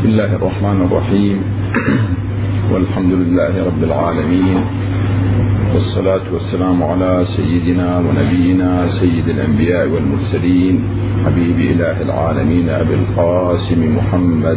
بسم الله الرحمن الرحيم. والحمد لله رب العالمين، والصلاة والسلام على سيدنا ونبينا سيد الأنبياء والمرسلين حبيب إله العالمين أبي القاسم محمد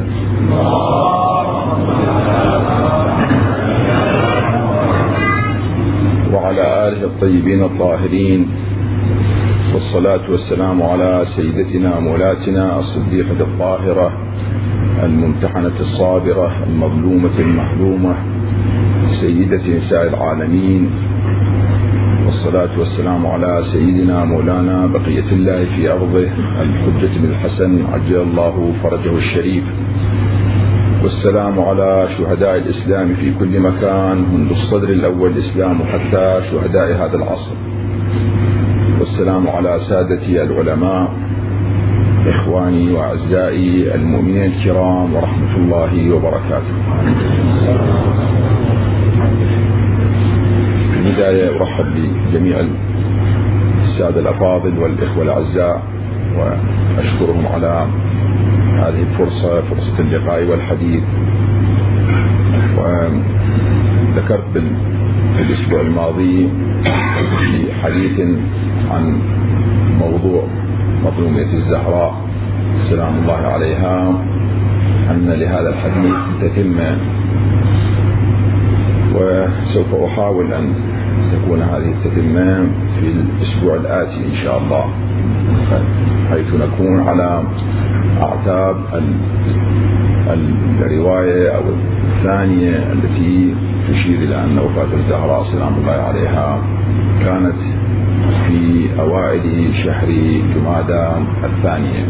وعلى آله الطيبين الطاهرين، والصلاة والسلام على سيدتنا مولاتنا الصديقة الطاهرة الممتحنة الصابرة المظلومة المحلومة سيدة نساء العالمين، والصلاة والسلام على سيدنا مولانا بقية الله في أرضه الحجة بن الحسن عجل الله فرجه الشريف، والسلام على شهداء الإسلام في كل مكان منذ الصدر الأول الإسلام حتى شهداء هذا العصر، والسلام على سادتي العلماء إخواني وأعزائي المؤمنين الكرام ورحمة الله وبركاته. في البداية أرحب بجميع السادة الأفاضل والإخوة الأعزاء وأشكرهم على هذه الفرصة، فرصة اللقاء والحديث. وذكرت في الأسبوع الماضي في حديث عن موضوع مظلومية الزهراء سلام الله عليها أن لهذا الحديث تتمة، وسوف أحاول أن تكون هذه التتمة في الأسبوع الآتي إن شاء الله، حيث نكون على أعتاب الرواية أو الثانية التي تشير إلى أن وفاة الزهراء سلام الله عليها كانت في أوائل شهر جمادى الثانية.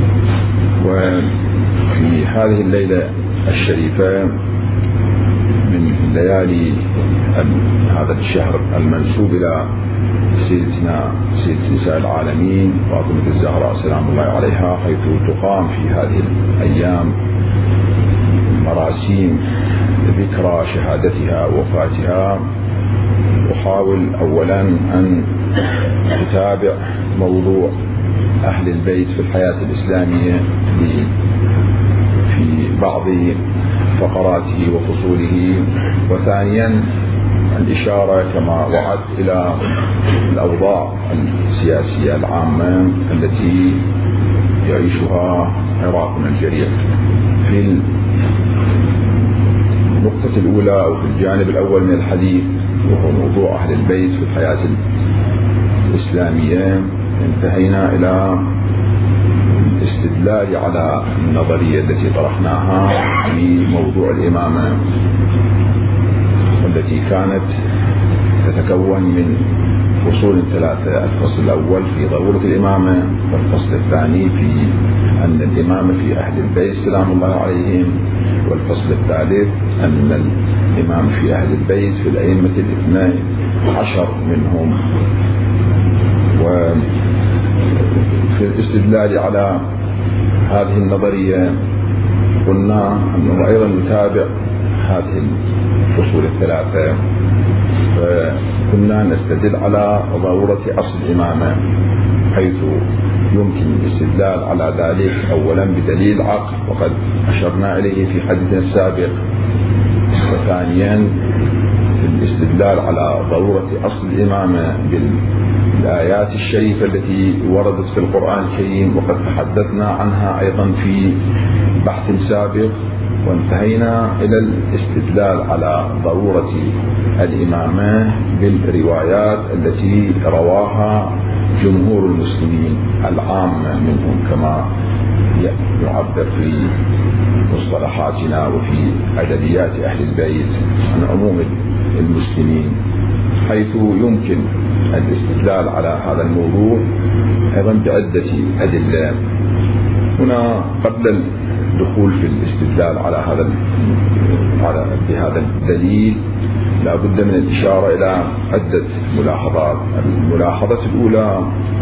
وفي هذه الليلة الشريفة من ليالي هذا الشهر المنسوب إلى سيدة نساء العالمين فاطمة الزهراء سلام الله عليها، حيث تقام في هذه الأيام مراسيم ذكرى شهادتها ووفاتها. أحاول أولا أن أتابع موضوع أهل البيت في الحياة الإسلامية في بعض فقراته وفصوله، وثانيا الإشارة كما وعدت إلى الأوضاع السياسية العامة التي يعيشها عراقنا الجريح. في النقطة الأولى أو في الجانب الأول من الحديث وهو موضوع أهل البيت في الحياة الإسلامية، انتهينا إلى الاستدلال على النظرية التي طرحناها في موضوع الإمامة، والتي كانت تتكون من فصول ثلاثة: الفصل الأول في ضرورة الإمامة، والفصل الثاني في أن الإمامة في أهل البيت سلام الله عليهم، والفصل الثالث أن الإمام في أهل البيت في الأئمة 12 منهم. وفي الاستدلال على هذه النظرية قلنا أنه أيضا نتابع هذه الفصول الثلاثة، فكنا نستدل على ضرورة أصل الإمامة، حيث يمكن الاستدلال على ذلك أولا بدليل عقل وقد أشرنا إليه في حديثنا السابق، وثانيا الاستدلال على ضرورة أصل الإمامة بالآيات الشريفة التي وردت في القرآن الكريم، وقد تحدثنا عنها أيضا في بحث سابق، وانتهينا إلى الاستدلال على ضرورة الإمامة بالروايات التي رواها جمهور المسلمين العامة منهم كما يعبر في مصطلحاتنا وفي أدبيات أهل البيت عن عموم المسلمين، حيث يمكن الاستدلال على هذا الموضوع أيضا بعدة أدلة. هنا قبل الدخول في الاستدلال على هذا الدليل لا بد من الإشارة إلى عدة ملاحظات. الملاحظة الأولى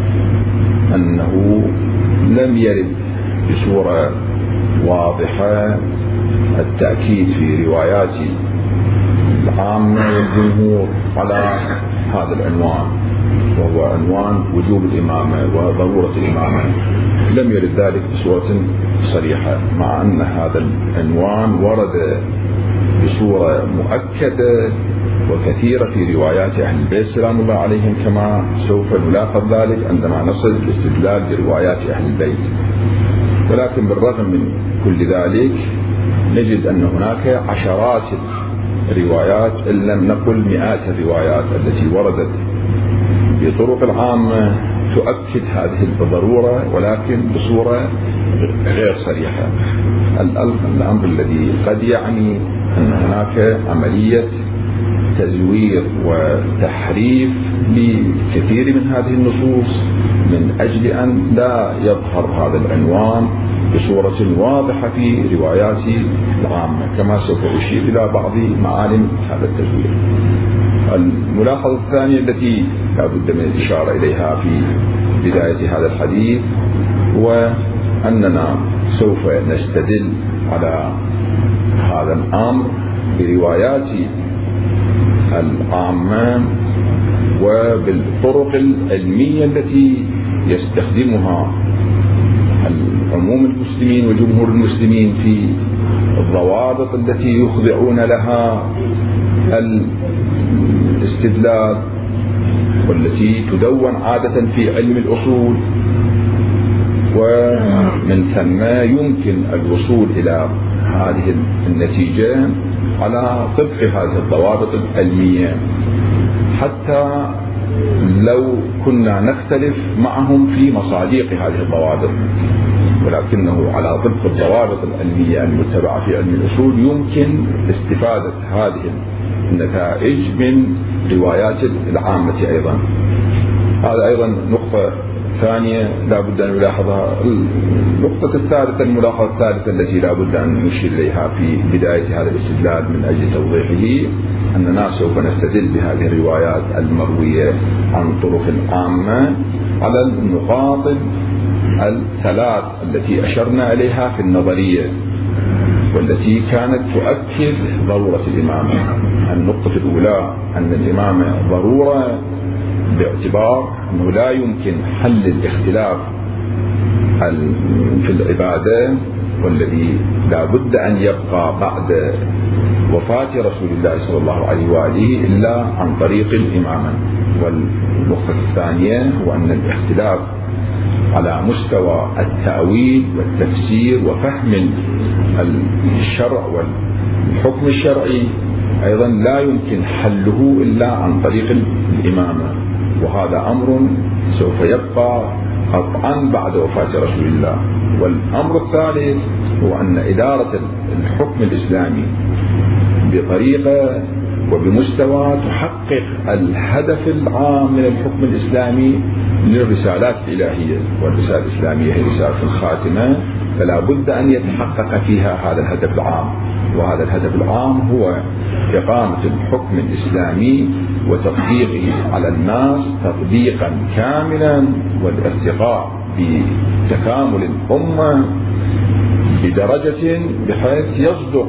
أنه لم يرد بصورة واضحة التأكيد في روايات العامة والجمهور على هذا العنوان، وهو عنوان وجوب الإمامة وضرورة الإمامة، لم يرد ذلك بصورة صريحة، مع أن هذا العنوان ورد بصورة مؤكدة وكثيرة في روايات أهل البيت سلام الله عليهم، كما سوف نلاحظ ذلك عندما نصل الاستدلال بروايات أهل البيت. ولكن بالرغم من كل ذلك نجد أن هناك عشرات الروايات إن لم نقل مئات الروايات التي وردت بطرق العامة تؤكد هذه الضرورة، ولكن بصورة غير صريحة. الأمر الذي قد يعني أن هناك عملية تزوير وتحريف لكثير من هذه النصوص من أجل أن لا يظهر هذا العنوان بصورة واضحة في روايات العامة، كما سوف أشير إلى بعض معالم هذا التزوير. الملاحظة الثانية التي لا بد من الإشارة إليها في بداية هذا الحديث هو أننا سوف نستدل على هذا الأمر بروايات العامة وبالطرق العلمية التي يستخدمها عموم المسلمين وجمهور المسلمين في الضوابط التي يخضعون لها الاستدلال، والتي تدون عادة في علم الأصول، ومن ثم يمكن الوصول إلى هذه النتيجة على طبق هذه الضوابط العلمية، حتى لو كنا نختلف معهم في مصادق هذه الضوابط، ولكنه على طبق الضوابط العلمية المتبعة في علم الأصول يمكن استفادة هذه النتائج من روايات العامة أيضا. هذا أيضا نقطة ثانية لا بد أن نلاحظها. النقطة الثالثة، الملاحظة الثالثة التي لا بد أن نشير إليها في بداية هذا الاستدلال من أجل توضيحه، أننا سوف نستدل بهذه الروايات المروية عن طرق عامة على النقاط الثلاث التي أشرنا إليها في النظرية والتي كانت تؤكد ضرورة الإمامة. النقطة الأولى أن الإمامة ضرورة باعتبار أنه لا يمكن حل الاختلاف في العبادة، والذي لا بد أن يبقى بعد وفاة رسول الله صلى الله عليه وآله إلا عن طريق الإمامة. والنقطة الثانية هو أن الاختلاف على مستوى التأويل والتفسير وفهم الشرع والحكم الشرعي أيضا لا يمكن حله إلا عن طريق الإمامة، وهذا أمر سوف يبقى قطعا بعد وفاة رسول الله. والأمر الثالث هو أن إدارة الحكم الإسلامي بطريقة وبمستوى تحقق الهدف العام من الحكم الإسلامي للرسالات الإلهية، والرسالة الإسلامية هي رسالة الخاتمة، فلا بد أن يتحقق فيها هذا الهدف العام. وهذا الهدف العام هو إقامة الحكم الإسلامي وتطبيقه على الناس تطبيقا كاملا، والارتقاء بتكامل الأمة بدرجة بحيث يصدق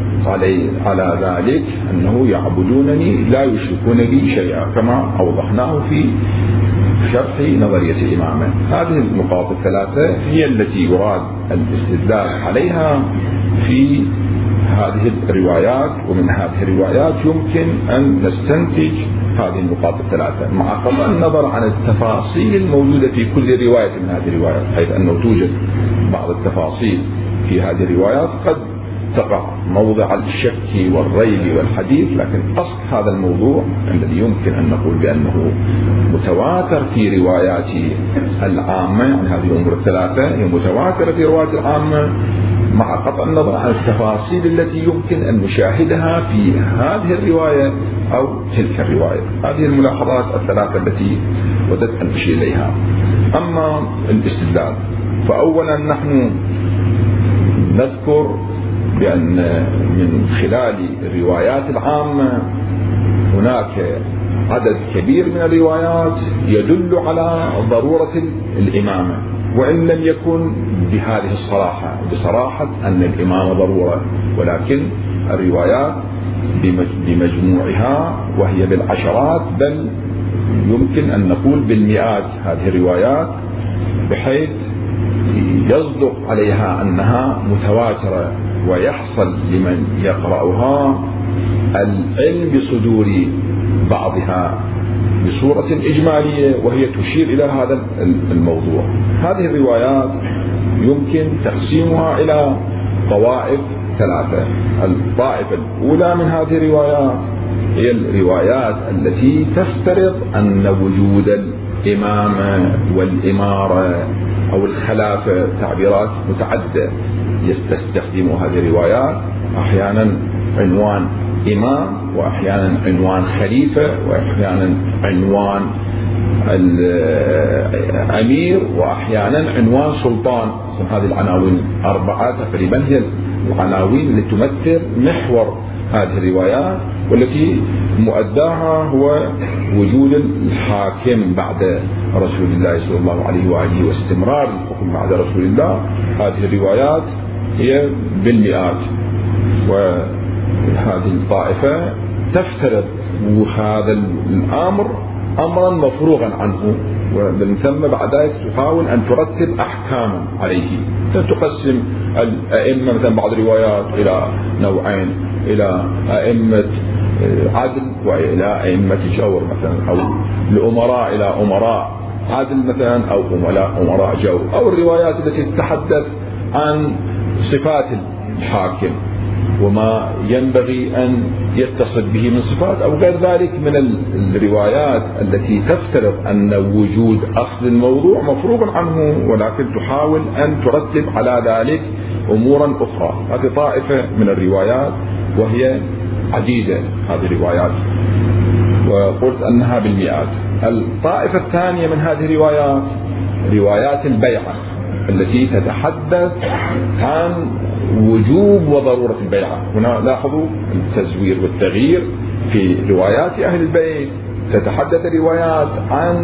على ذلك أنه يعبدونني لا يشركون بي شيئا، كما أوضحناه في شرح نظرية الإمامة. هذه النقاط الثلاثة هي التي يراد الاستدلال عليها في هذه الروايات، ومن هذه الروايات يمكن أن نستنتج هذه النقاط الثلاثة، مع قطع النظر عن التفاصيل الموجودة في كل رواية من هذه الروايات، حيث أنه توجد بعض التفاصيل في هذه الروايات قد تقع موضع الشك والريب والحديث، لكن أصل هذا الموضوع الذي يمكن أن نقول بأنه متواتر في روايات العامة، يعني هذه الأمور الثلاثة هي متواترة في روايات العامة، مع قطع النظر عن التفاصيل التي يمكن أن نشاهدها في هذه الرواية أو تلك الرواية. هذه الملاحظات الثلاثة التي وددت أن أشير إليها. أما الاستدلال، فأولا نحن نذكر بأن من خلال الروايات العامة هناك عدد كبير من الروايات يدل على ضرورة الإمامة، وإن لم يكن بهذه الصراحة، بصراحة أن الإمامة ضرورة، ولكن الروايات بمجموعها وهي بالعشرات بل يمكن أن نقول بالمئات هذه الروايات، بحيث يصدق عليها أنها متواترة، ويحصل لمن يقرأها العلم بصدور بعضها بصورة إجمالية وهي تشير إلى هذا الموضوع. هذه الروايات يمكن تقسيمها إلى طوائف ثلاثة. الطائفة الأولى من هذه الروايات هي الروايات التي تفترض أن وجود الإمامة والإمارة أو الخلافة، تعبيرات متعددة يستخدم هذه الروايات، أحيانا عنوان إمام، وأحيانا عنوان خليفة، وأحيانا عنوان الأمير، وأحيانا عنوان سلطان. هذه العناوين 4 تقريبا هي العناوين التي تمثل محور هذه الروايات، والتي مؤداها هو وجود الحاكم بعد رسول الله صلى الله عليه وآله، واستمرار الحكم بعد رسول الله. هذه الروايات هي بالمئات، وهذه الطائفة تفترض هذا الأمر أمرا مفروغا عنه، ومن ثم بعد ذلك تحاول أن ترتب أحكاما عليه. تقسم الأئمة مثلا بعض الروايات إلى نوعين، إلى أئمة عدل وإلى أئمة جور مثلا، أو الأمراء إلى أمراء عدل مثلا، أو أمراء جور، أو الروايات التي تتحدث عن صفات الحاكم وما ينبغي أن يتصل به من صفات، أو غير ذلك من الروايات التي تفترض أن وجود أصل الموضوع مفروغ عنه، ولكن تحاول أن ترتب على ذلك أمورا أخرى. هذه طائفة من الروايات، وهي عديدة هذه الروايات، وقلت أنها بالمئات. الطائفة الثانية من هذه الروايات روايات البيعة، التي تتحدث عن وجوب وضرورة البيعة. هنا لاحظوا التزوير والتغيير في روايات أهل البيت. تتحدث الروايات عن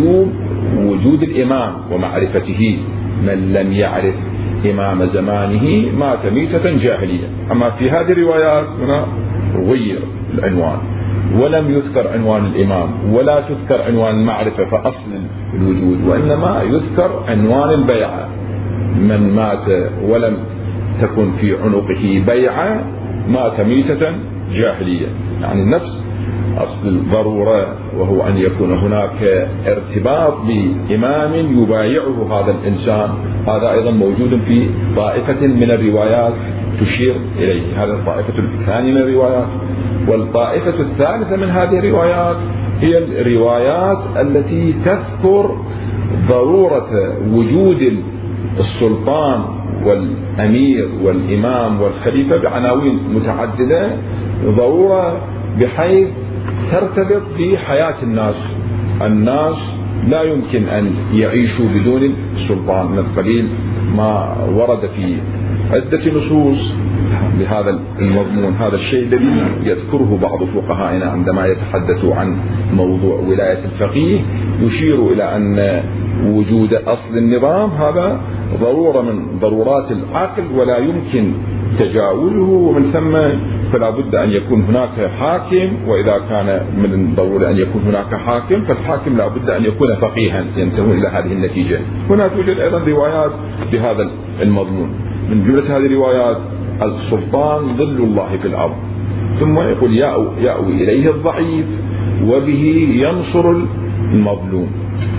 وجود الإمام ومعرفته، من لم يعرف إمام زمانه مات ميتة جاهلية. أما في هذه الروايات هنا غير العنوان، ولم يذكر عنوان الإمام، ولا تذكر عنوان المعرفة فأصل الوجود، وإنما يذكر عنوان البيعة. من مات ولم تكن في عنقه بيعة مات ميتة جاهلية، يعني نفس أصل الضرورة، وهو أن يكون هناك ارتباط بإمام يبايعه هذا الإنسان. هذا أيضا موجود في طائفة من الروايات تشير إليه. هذا الطائفة الثانية من الروايات. والطائفة الثالثة من هذه الروايات هي الروايات التي تذكر ضرورة وجود السلطان والأمير والإمام والخليفة بعناوين متعددة، ضرورة بحيث ترتبط بحياة الناس. الناس لا يمكن أن يعيشوا بدون السلطان. من القليل ما ورد في عدة نصوص بهذا المضمون. هذا الشيء الذي يذكره بعض فقهائنا عندما يتحدثوا عن موضوع ولاية الفقيه، يشير إلى أن وجود أصل النظام هذا ضرورة من ضرورات العقل ولا يمكن تجاوزه، ومن ثم فلا بد أن يكون هناك حاكم، وإذا كان من الضرورة أن يكون هناك حاكم فالحاكم لا بد أن يكون فقيها ينتهون إلى هذه النتيجة. هنا توجد أيضا روايات بهذا المضمون. من جملة هذه الروايات السلطان ظل الله في الأرض، ثم يقول يأوي إليه الضعيف وبه ينصر المظلوم.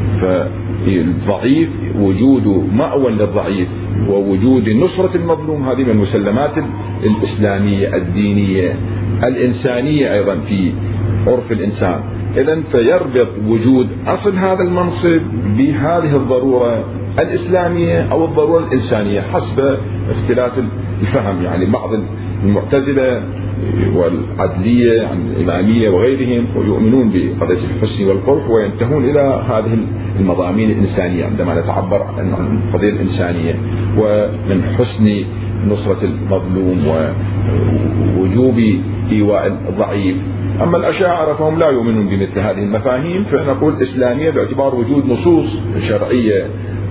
فالضعيف وجود مأوى للضعيف ووجود نصرة المظلوم هذه من المسلمات الإسلامية الدينية الإنسانية أيضا في عرف الإنسان. إذن فيربط وجود أصل هذا المنصب بهذه الضرورة الإسلامية أو الضرورة الإنسانية حسب اختلاف الفهم. يعني بعض المعتزلة والعدلية عن الإمامية وغيرهم يؤمنون بقضية الحسن والقبح وينتهون إلى هذه المضامين الإنسانية عندما نتعبر عن القضية الإنسانية ومن حسن نصرة المظلوم ووجوب إيواء الضعيف. أما الأشاعرة فهم لا يؤمنون بمثل هذه المفاهيم، فنقول إسلامية باعتبار وجود نصوص شرعية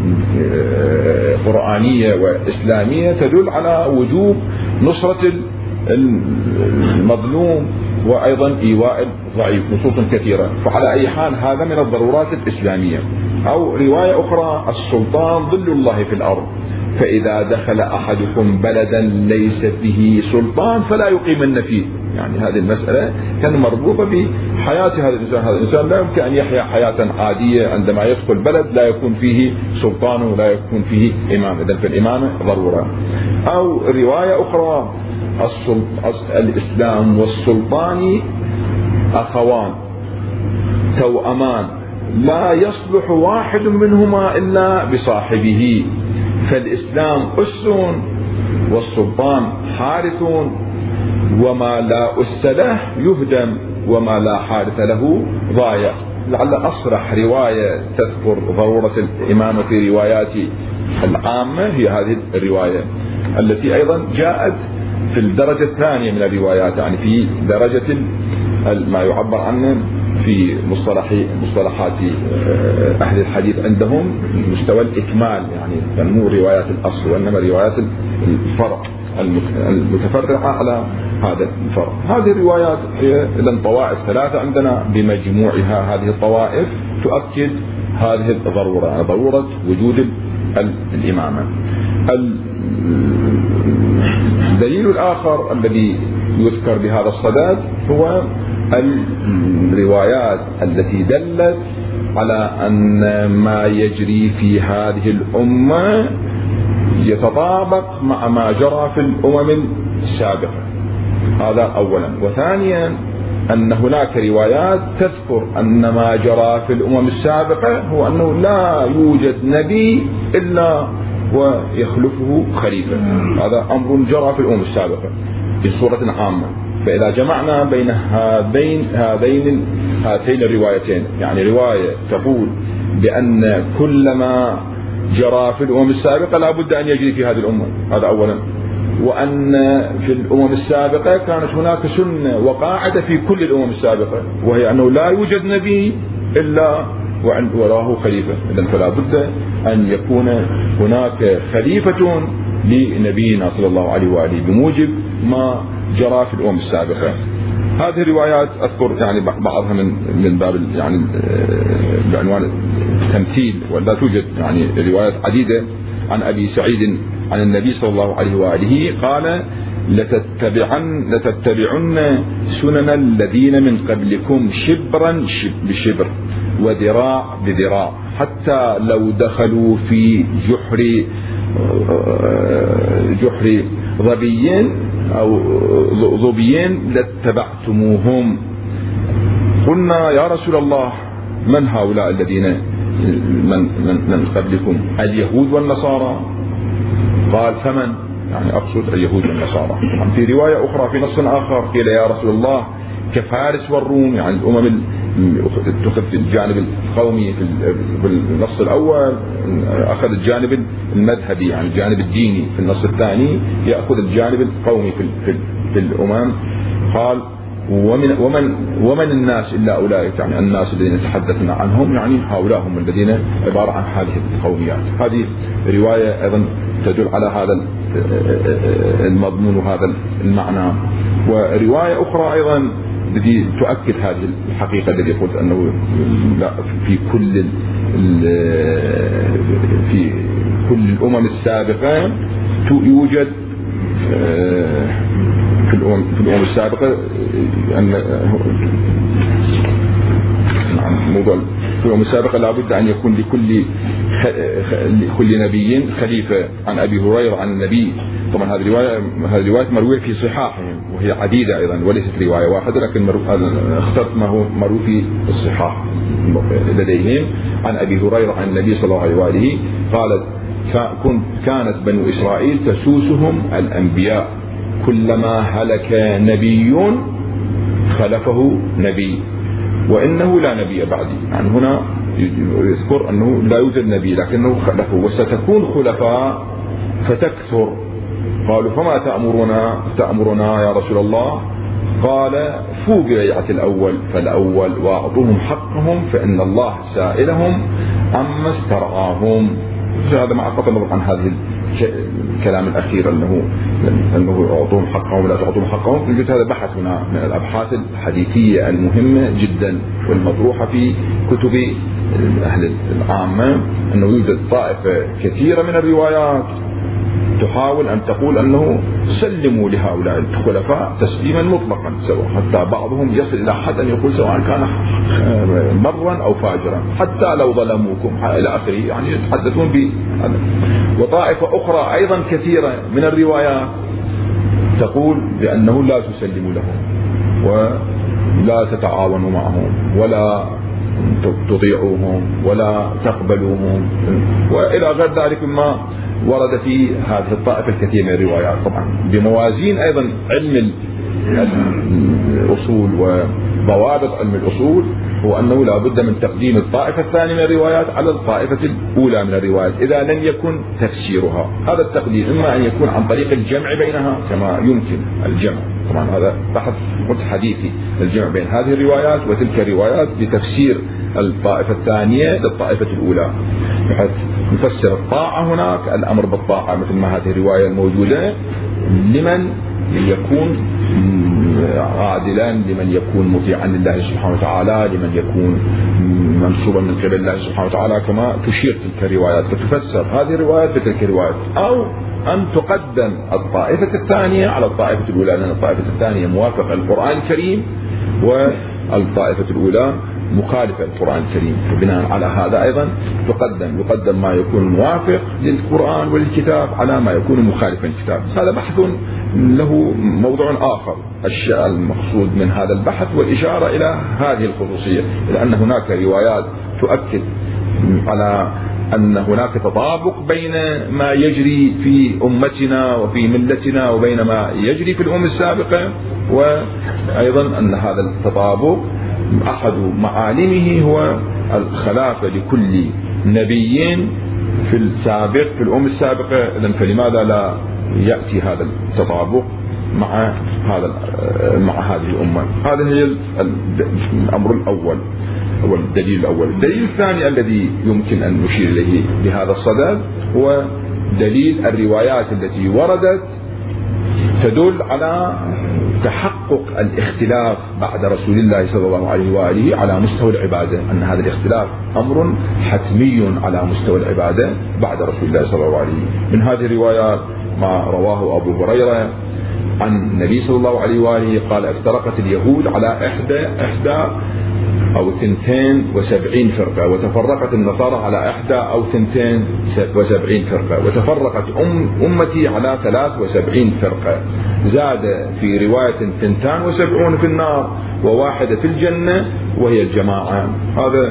قرآنية وإسلامية تدل على وجوب نصرة المظلوم وأيضا إيواء ضعيف، نصوص كثيرة. فعلى أي حال هذا من الضرورات الإسلامية. أو رواية أخرى: السلطان ظل الله في الأرض، فإذا دخل أحدكم بلدا ليس فيه سلطان فلا يقيمن فيه. يعني هذه المسألة كان مربوطة بحياة هذا الإنسان. هذا الإنسان لا يمكن أن يحيا حياة عادية عندما يدخل بلد لا يكون فيه سلطان ولا يكون فيه إمام. إذن فالإمامة ضرورة. أو رواية أخرى: الإسلام والسلطان أخوان توأمان، لا يصلح واحد منهما إلا بصاحبه، فالإسلام أس والسلطان حارث، وما لا أس له يهدم وما لا حارث له ضايع. لعل أصرح رواية تذكر ضرورة الإمامة في روايات العامة هي هذه الرواية، التي أيضا جاءت في الدرجة الثانية من الروايات، يعني في درجة ما يعبر عنه في مصطلحات أهل الحديث عندهم مستوى الإكمال، يعني مو روايات الأصل وإنما روايات الفرع المتفرعة على هذا الفرع. هذه الروايات هي إذن طوائف ثلاثة عندنا، بمجموعها هذه الطوائف تؤكد هذه الضرورة، يعني ضرورة وجود الإمامة. الدليل الآخر الذي يذكر بهذا الصدد هو الروايات التي دلت على أن ما يجري في هذه الأمة يتطابق مع ما جرى في الأمم السابقة. هذا أولا. وثانيا أن هناك روايات تذكر أن ما جرى في الأمم السابقة هو أنه لا يوجد نبي إلا ويخلفه خليفة. هذا أمر جرى في الأمم السابقة في صورة عامة. فإذا جمعنا بين هاتين الروايتين، يعني رواية تقول بأن كل ما جرى في الأمم السابقة لا بد أن يجري في هذه الأمة، هذا أولا، وأن في الأمم السابقة كانت هناك سنة وقاعدة في كل الأمم السابقة، وهي أنه لا يوجد نبي إلا وراه خليفة. إذن فلا بد أن يكون هناك خليفة لنبينا صلى الله عليه وآله بموجب ما جرى في الأمم السابقة. هذه الروايات أذكر يعني بعضها من باب يعني بعنوان التمثيل، ولا توجد يعني روايات عديدة عن أبي سعيد عن النبي صلى الله عليه وآله قال: لتتبعن سنن الذين من قبلكم شبرا بشبر وذراع بذراع، حتى لو دخلوا في جحر ظبيين أو ظبيين لاتبعتموهم. قلنا: يا رسول الله، من هؤلاء الذين من قبلكم؟ اليهود والنصارى. قال: فمن؟ يعني أقصد اليهود والنصارى. في رواية أخرى في نص آخر قيل: يا رسول الله، كفارس والروم، يعني الأمم تأخذ في الجانب القومي في النص الأول، أخذ الجانب المذهبي يعني الجانب الديني، في النص الثاني يأخذ الجانب القومي في الأمم. قال: ومن الناس إلا أولئك، يعني الناس الذين تحدثنا عنهم، يعني هؤلاء هم الذين عبارة عن هذه القوميات. هذه رواية أيضا تدل على هذا المضمون وهذا المعنى. ورواية أخرى أيضا التي تؤكد هذه الحقيقة التي قلت أنه في كل الأمم السابقة يوجد في الأمم السابقة أن موضوع في الأمم السابقة لابد أن يكون لكل نبي خليفة. عن أبي هريرة عن النبي، طبعا هذه الرواية مروية في صحاحهم وهي عديدة أيضا وليست رواية واحدة، لكن اخترت ما هو مروي في الصحاح لديهم. عن أبي هريرة عن النبي صلى الله عليه وآله قالت: كانت بنو إسرائيل تسوسهم الأنبياء، كلما هلك نبي خلفه نبي وإنه لا نبي بعدي. يعني هنا يذكر أنه لا يوجد نبي لكنه خلفه، وستكون خلفاء فتكثر. قالوا: فما تأمرنا يا رسول الله؟ قال: فوا ببيعة الأول فالأول وأعطوهم حقهم فإن الله سائلهم عما استرعاهم. هذا مع قطع النظر عن هذه الكلام الأخير أنه أنه أعطوهم حقهم ولا تعطوهم حقهم. نجد هذا بحث هنا من الأبحاث الحديثية المهمة جدا والمطروحة في كتب أهل العامة، أنه يوجد طائفة كثيرة من الروايات تحاول أن تقول أنه سلموا لهؤلاء الخلفاء تسليما مطلقا، سواء حتى بعضهم يصل إلى حد أن يقول سواء كان برا أو فاجرا حتى لو ظلموكم إلى آخره، يعني يتحدثون بهذا. وطائفة أخرى أيضا كثيرة من الروايات تقول بأنه لا تسلموا لهم ولا تتعاونوا معهم ولا تطيعوهم ولا تقبلوهم وإلى غير ذلك مما ورد في هذه الطائفة الكثير من الروايات، طبعا بموازين أيضا علم الأصول وضوابط علم الأصول، هو أنه لا بد من تقديم الطائفة الثانية من الروايات على الطائفة الأولى من الروايات إذا لم يكن تفسيرها. هذا التقديم إما أن يكون عن طريق الجمع بينها كما يمكن الجمع، طبعا هذا بحث حديثي، الجمع بين هذه الروايات وتلك الروايات لتفسير الطائفة الثانية للطائفة الأولى، بحيث نفسر الطاعة هناك، الأمر بالطاعة مثل ما هذه الرواية الموجودة لمن يكون عادلا، لمن يكون مطيعا لله سبحانه وتعالى، لمن يكون منصوبا من قبل الله سبحانه وتعالى، كما تشير تلك الروايات فتفسر هذه الروايات بتلك الروايات، أو أن تقدم الطائفة الثانية على الطائفة الأولى، لأن الطائفة الثانية موافقة القرآن الكريم والطائفة الأولى مخالفة القرآن الكريم، فبناء على هذا أيضا يقدم ما يكون موافق للقرآن وللكتاب على ما يكون مخالفا للكتاب. هذا بحث له موضوع آخر، المقصود من هذا البحث والإشارة إلى هذه الخصوصية، لأن هناك روايات تؤكد على أن هناك تطابق بين ما يجري في أمتنا وفي ملتنا وبين ما يجري في الأمم السابقة، وأيضا أن هذا التطابق أحد معالمه هو الخلافة لكل نبي في السابق في الأمم السابقة. إذن فلماذا لا يأتي هذا التطابق مع هذه الأمة؟ هذا هي الأمر الأول، هو الدليل الأول. الدليل الثاني الذي يمكن أن نشير إليه بهذا الصدد هو دليل الروايات التي وردت تدل على تحقق الاختلاف بعد رسول الله صلى الله عليه وآله على مستوى العبادة، أن هذا الاختلاف أمر حتمي على مستوى العبادة بعد رسول الله صلى الله عليه وآله. من هذه الروايات ما رواه أبو هريرة عن النبي صلى الله عليه وآله قال: افترقت اليهود على 72 فرقة، وتفرقت النصارى على 72 فرقة، وتفرقت أمتي على 73 فرقة، زاد في رواية 72 في النار وواحدة في الجنة وهي الجماعة. هذا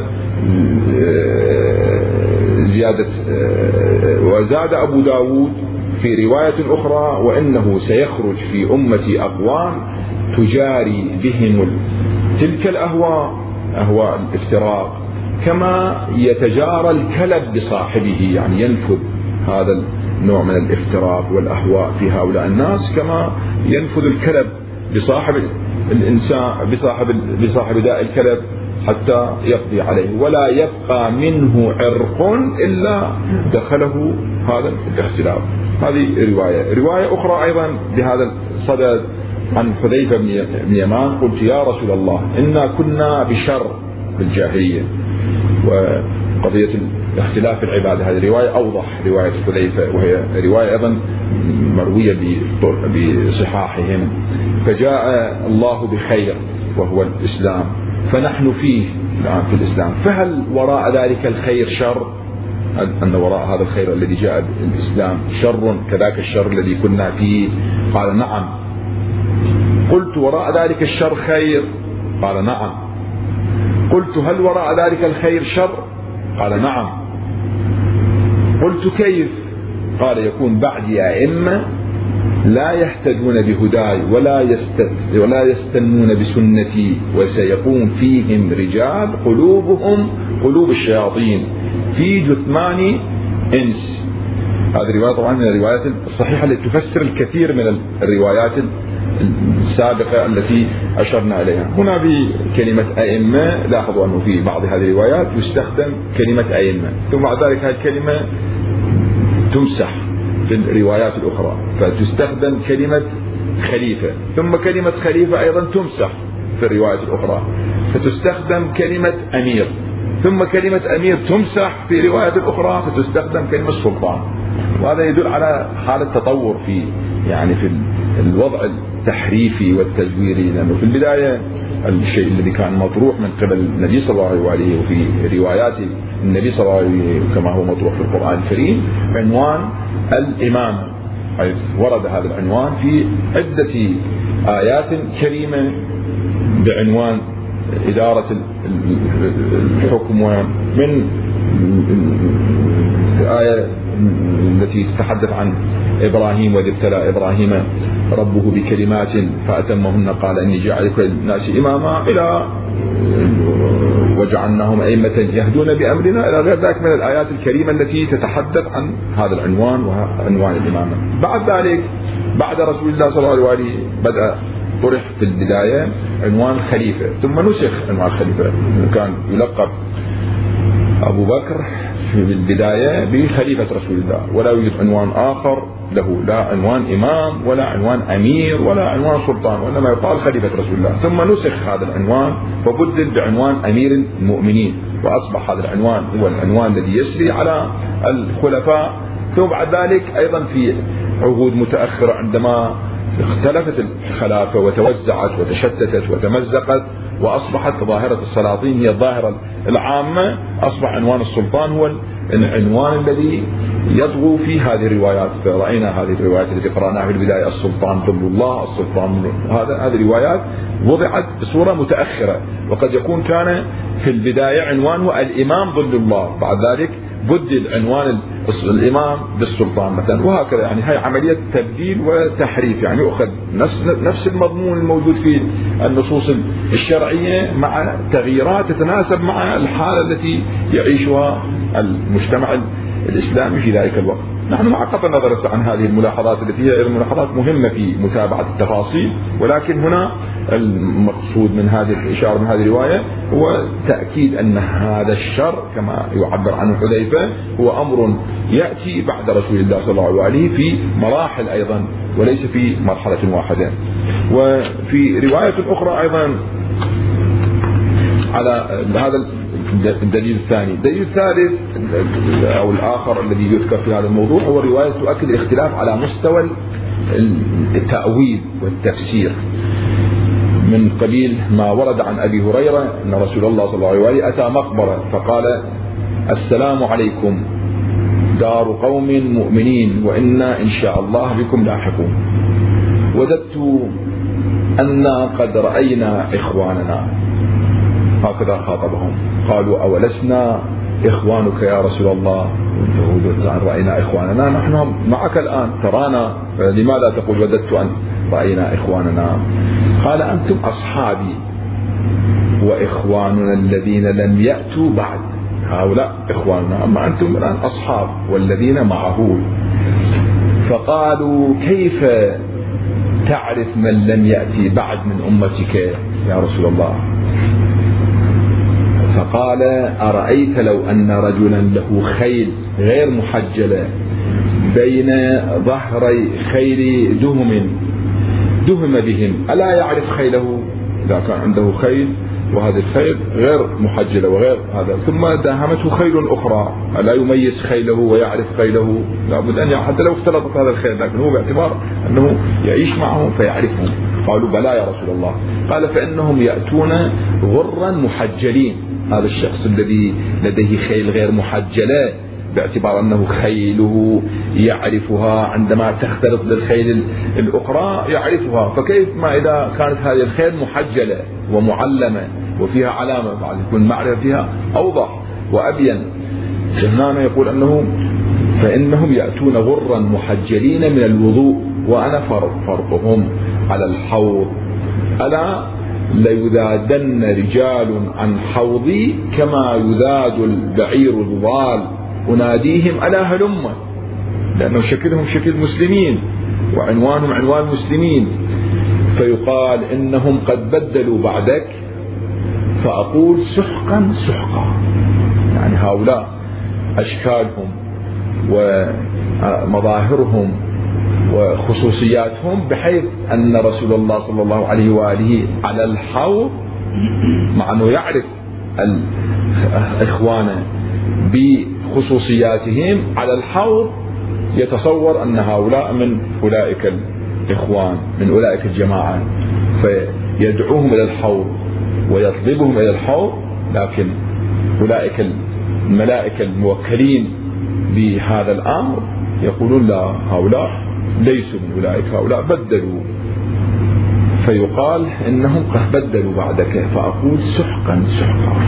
زيادة. وزاد أبو داود في رواية أخرى: وإنه سيخرج في أمتي أقوام تجاري بهم تلك الأهواء، أهواء الافتراق، كما يتجارى الكلب بصاحبه، يعني ينفذ هذا النوع من الافتراق والأهواء في هؤلاء الناس كما ينفذ الكلب بصاحب الإنسان بصاحب داء الكلب حتى يقضي عليه، ولا يبقى منه عرق إلا دخله هذا الاختلاف. هذه رواية أخرى أيضا بهذا الصدد عن حذيفة بن يمان: قلت يا رسول الله إنا كنا بشر بالجاهلية. وقضية اختلاف العبادة هذه رواية أوضح، رواية حذيفة، وهي رواية أيضا مروية بصحاحهم. فجاء الله بخير وهو الإسلام، فنحن فيه الآن في الإسلام، فهل وراء ذلك الخير شر؟ أن وراء هذا الخير الذي جاء بالإسلام شر كذاك الشر الذي كنا فيه؟ قال: نعم. قلت: وراء ذلك الشر خير؟ قال: نعم. قلت: هل وراء ذلك الخير شر؟ قال: نعم. قلت: كيف؟ قال: يكون بعدي أئمة لا يهتدون بهداي ولا يستنون بسنتي، وسيقوم فيهم رجال قلوبهم قلوب الشياطين في جثمان إنس. هذه رواية طبعا من الروايات الصحيحة التي تفسر الكثير من الروايات السابقة التي أشرنا إليها. هنا بكلمة أئمة لاحظوا أنه في بعض هذه الروايات يستخدم كلمة أئمة، ثم بعد ذلك هذه الكلمة تمسح في الروايات الأخرى، فتستخدم كلمة خليفة، ثم كلمة خليفة أيضا تمسح في الروايات الأخرى، فتستخدم كلمة أمير، ثم كلمة أمير تمسح في روايات أخرى فتستخدم كلمة سلطان. وهذا يدل على حالة تطور في في الوضع التحريفي والتزويري، لأنه في البداية الشيء الذي كان مطروح من قبل النبي صلى الله عليه وسلم وفي روايات النبي صلى الله عليه وسلم كما هو مطروح في القرآن الكريم عنوان الإمام، حيث ورد هذا العنوان في عدة آيات كريمة بعنوان إدارة الحكم. ومن الآية التي تتحدث عن إبراهيم وإذ ابتلى إبراهيم ربه بكلمات فأتمهن قال إني جاعلك للناس إماما إلى وجعلناهم أئمة يهدون بأمرنا إلى غير ذلك من الآيات الكريمة التي تتحدث عن هذا العنوان وعنوان الإمامة. بعد ذلك بعد رسول الله صلى الله عليه وسلم بدأ طرح في البداية عنوان خليفة، ثم نسخ عنوان خليفة، وكان يلقب أبو بكر في البداية بخليفة رسول الله، ولا يوجد عنوان آخر له، لا عنوان إمام ولا عنوان أمير ولا عنوان سلطان، وإنما يقال خليفة رسول الله. ثم نسخ هذا العنوان وبدل بعنوان أمير المؤمنين، وأصبح هذا العنوان هو العنوان الذي يسري على الخلفاء. ثم بعد ذلك أيضا في عهود متأخرة عندما اختلفت الخلافة وتوزعت وتشتتت وتمزقت وأصبحت ظاهرة السلاطين هي الظاهرة العامة، أصبح عنوان السلطان هو العنوان الذي يطغو في هذه الروايات. فرأينا هذه الروايات التي قرأناها في البداية السلطان ظل الله، السلطان هذه الروايات وضعت بصورة متأخرة، وقد يكون كان في البداية عنوانه الإمام ظل الله، بعد ذلك بدل عنوان الإمام بالسلطان مثلا، وهكذا. هاي عملية تبديل وتحريف، يؤخذ نفس المضمون الموجود في النصوص الشرعية مع تغييرات تتناسب مع الحالة التي يعيشها المجتمع الإسلامي في ذلك الوقت. نحن مع قطع النظر عن هذه الملاحظات التي هي ملاحظات مهمة في متابعة التفاصيل، ولكن هنا المقصود من هذه الإشارة من هذه الرواية هو تأكيد أن هذا الشر كما يعبر عنه حذيفة هو أمر يأتي بعد رسول الله صلى الله عليه وسلم في مراحل أيضا وليس في مرحلة واحدة. وفي رواية أخرى أيضا على هذا الدليل الثاني. الدليل الثالث أو الآخر الذي يذكر في هذا الموضوع هو رواية تؤكد الاختلاف على مستوى التأويل والتفسير، من قبيل ما ورد عن أبي هريرة أن رسول الله صلى الله عليه وسلم أتى مقبرة فقال السلام عليكم دار قوم مؤمنين وإنا إن شاء الله بكم لاحقون، وددت أنا قد رأينا إخواننا. هكذا خاطبهم، قالوا أولسنا إخوانك يا رسول الله؟ رأينا إخواننا، نحن معك الآن ترانا، لماذا تقول وددت أن رأينا إخواننا؟ قال أنتم أصحابي وإخواننا الذين لم يأتوا بعد، هؤلاء إخواننا، أما أنتم الآن أصحاب والذين معه. فقالوا كيف تعرف من لم يأتي بعد من أمتك يا رسول الله؟ فقال أرأيت لو أن رجلا له خيل غير محجلة بين ظهري خيل دهم بهم، ألا يعرف خيله؟ إذا كان عنده خيل وهذا الخيل غير محجلة وغير هذا، ثم داهمته خيل أخرى، ألا يميز خيله ويعرف خيله؟ لابد أن حتى لو اختلطت هذا الخيل، لكن هو باعتبار أنه يعيش معهم فيعرفهم. قالوا بلى يا رسول الله. قال فإنهم يأتون غرا محجلين، هذا الشخص الذي لديه خيل غير محجلة باعتبار أنه خيله يعرفها، عندما تختلط بالخيل الأخرى يعرفها، فكيف ما إذا كانت هذه الخيل محجلة ومعلمة وفيها علامة، بعد يكون المعرفة فيها أوضح وأبين. هنا يقول أنه فإنهم يأتون غرا محجلين من الوضوء وأنا فرقهم على الحوض، ألا ليذادن رجال عن حوضي كما يذاد البعير الضال، أناديهم ألا هلم، لأنه شكلهم شكل مسلمين وعنوانهم عنوان مسلمين، فيقال إنهم قد بدلوا بعدك، فأقول سحقا سحقا. هؤلاء أشكالهم ومظاهرهم وخصوصياتهم، بحيث أن رسول الله صلى الله عليه وآله على الحوض، مع أنه يعرف الإخوان بخصوصياتهم على الحوض، يتصور أن هؤلاء من أولئك الإخوان، من أولئك الجماعة، فيدعوهم إلى الحوض ويطلبهم إلى الحوض. لكن أولئك الملائكة الموكلين بهذا الأمر يقولون لا، هؤلاء ليسوا من أولئك، هؤلاء بدلوا. فيقال إنهم قد بدلوا بعدك، فأقول سحقا سحقا.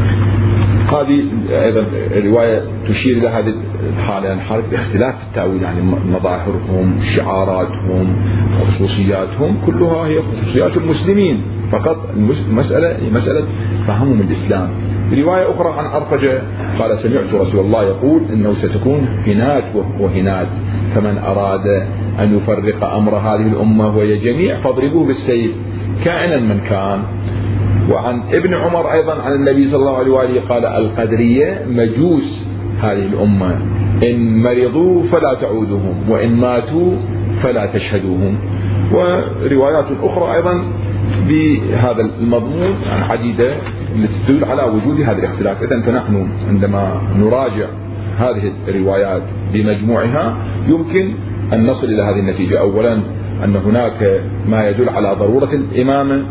هذه أيضا رواية تشير إلى هذه الحالة، يعني حالة اختلاف التأويل، يعني مظاهرهم، شعاراتهم، خصوصياتهم، كلها هي خصوصيات المسلمين فقط. مسألة فهمهم الإسلام. رواية أخرى عن أرقجة قال: سمعت رسول الله يقول إنه ستكون هنات وهنات، فمن أراد أن يفرق أمر هذه الأمة وهي جميع فاضربوه بالسيف كائنا من كان. وعن ابن عمر أيضا عن النبي صلى الله عليه وآله قال: القدرية مجوس هذه الأمة، إن مرضوا فلا تعودهم، وإن ماتوا فلا تشهدوهم. وروايات أخرى أيضا بهذا المضمون عديدة التي تدل على وجود هذا الاختلاف. إذن فنحن عندما نراجع هذه الروايات بمجموعها يمكن أن نصل إلى هذه النتيجة: أولا أن هناك ما يدل على ضرورة الإمامة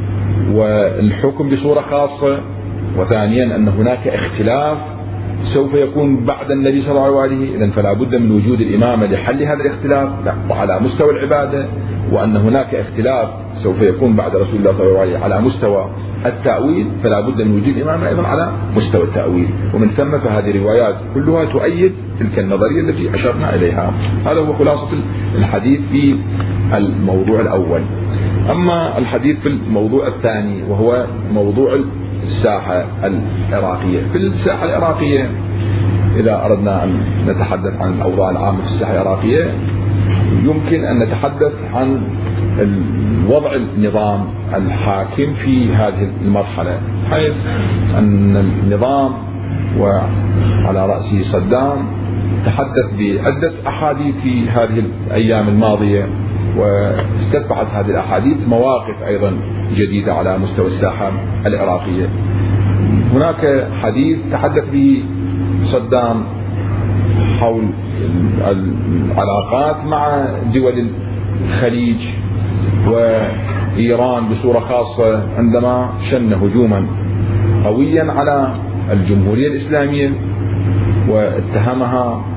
والحكم بصورة خاصة، وثانيا أن هناك اختلاف سوف يكون بعد النبي صلى الله عليه وآله، إذن فلا بد من وجود الإمامة لحل هذا الاختلاف على مستوى العبادة، وأن هناك اختلاف سوف يكون بعد رسول الله صلى الله عليه وآله على مستوى التأويل، فلا بد من وجود الإمامة أيضا على مستوى التأويل. ومن ثم فهذه الروايات كلها تؤيد تلك النظرية التي أشرنا إليها. هذا هو خلاصة الحديث في الموضوع الأول. أما الحديث في الموضوع الثاني وهو موضوع الساحة العراقية. في الساحة العراقية إذا أردنا أن نتحدث عن الأوضاع العامة في الساحة العراقية يمكن أن نتحدث عن وضع النظام الحاكم في هذه المرحلة، حيث أن النظام وعلى رأسه صدام تحدث بعدة أحاديث في هذه الأيام الماضية، واستتبعت هذه الأحاديث مواقف أيضا جديدة على مستوى الساحة العراقية. هناك حديث تحدث به صدام حول العلاقات مع دول الخليج وإيران بصورة خاصة، عندما شن هجوما قويا على الجمهورية الإسلامية واتهمها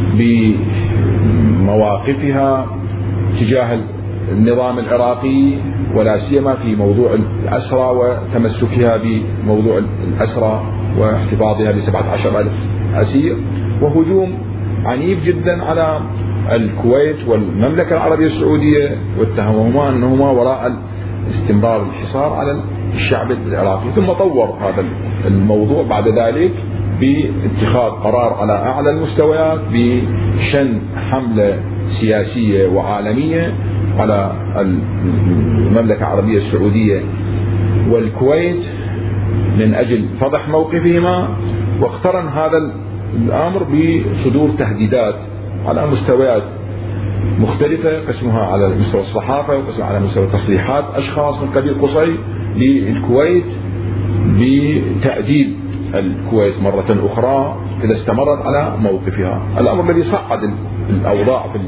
بمواقفها تجاه النظام العراقي، ولا سيما في موضوع الأسرى وتمسكها بموضوع الأسرى واحتفاظها ب17,000 أسير، وهجوم عنيف جدا على الكويت والمملكة العربية السعودية، واتهمهما أنهما وراء استمرار الحصار على الشعب العراقي. ثم طور هذا الموضوع بعد ذلك باتخاذ قرار على أعلى المستويات بشن حملة سياسية وعالمية على المملكة العربية السعودية والكويت من أجل فضح موقفهما، واقترن هذا الأمر بصدور تهديدات على مستويات مختلفة، قسمها على مستوى الصحافة وقسمها على مستوى تصريحات أشخاص من قبيل قصي للكويت بتأديب الكويت مرة أخرى إذا استمرت على موقفها. الأمر الذي صعد الأوضاع في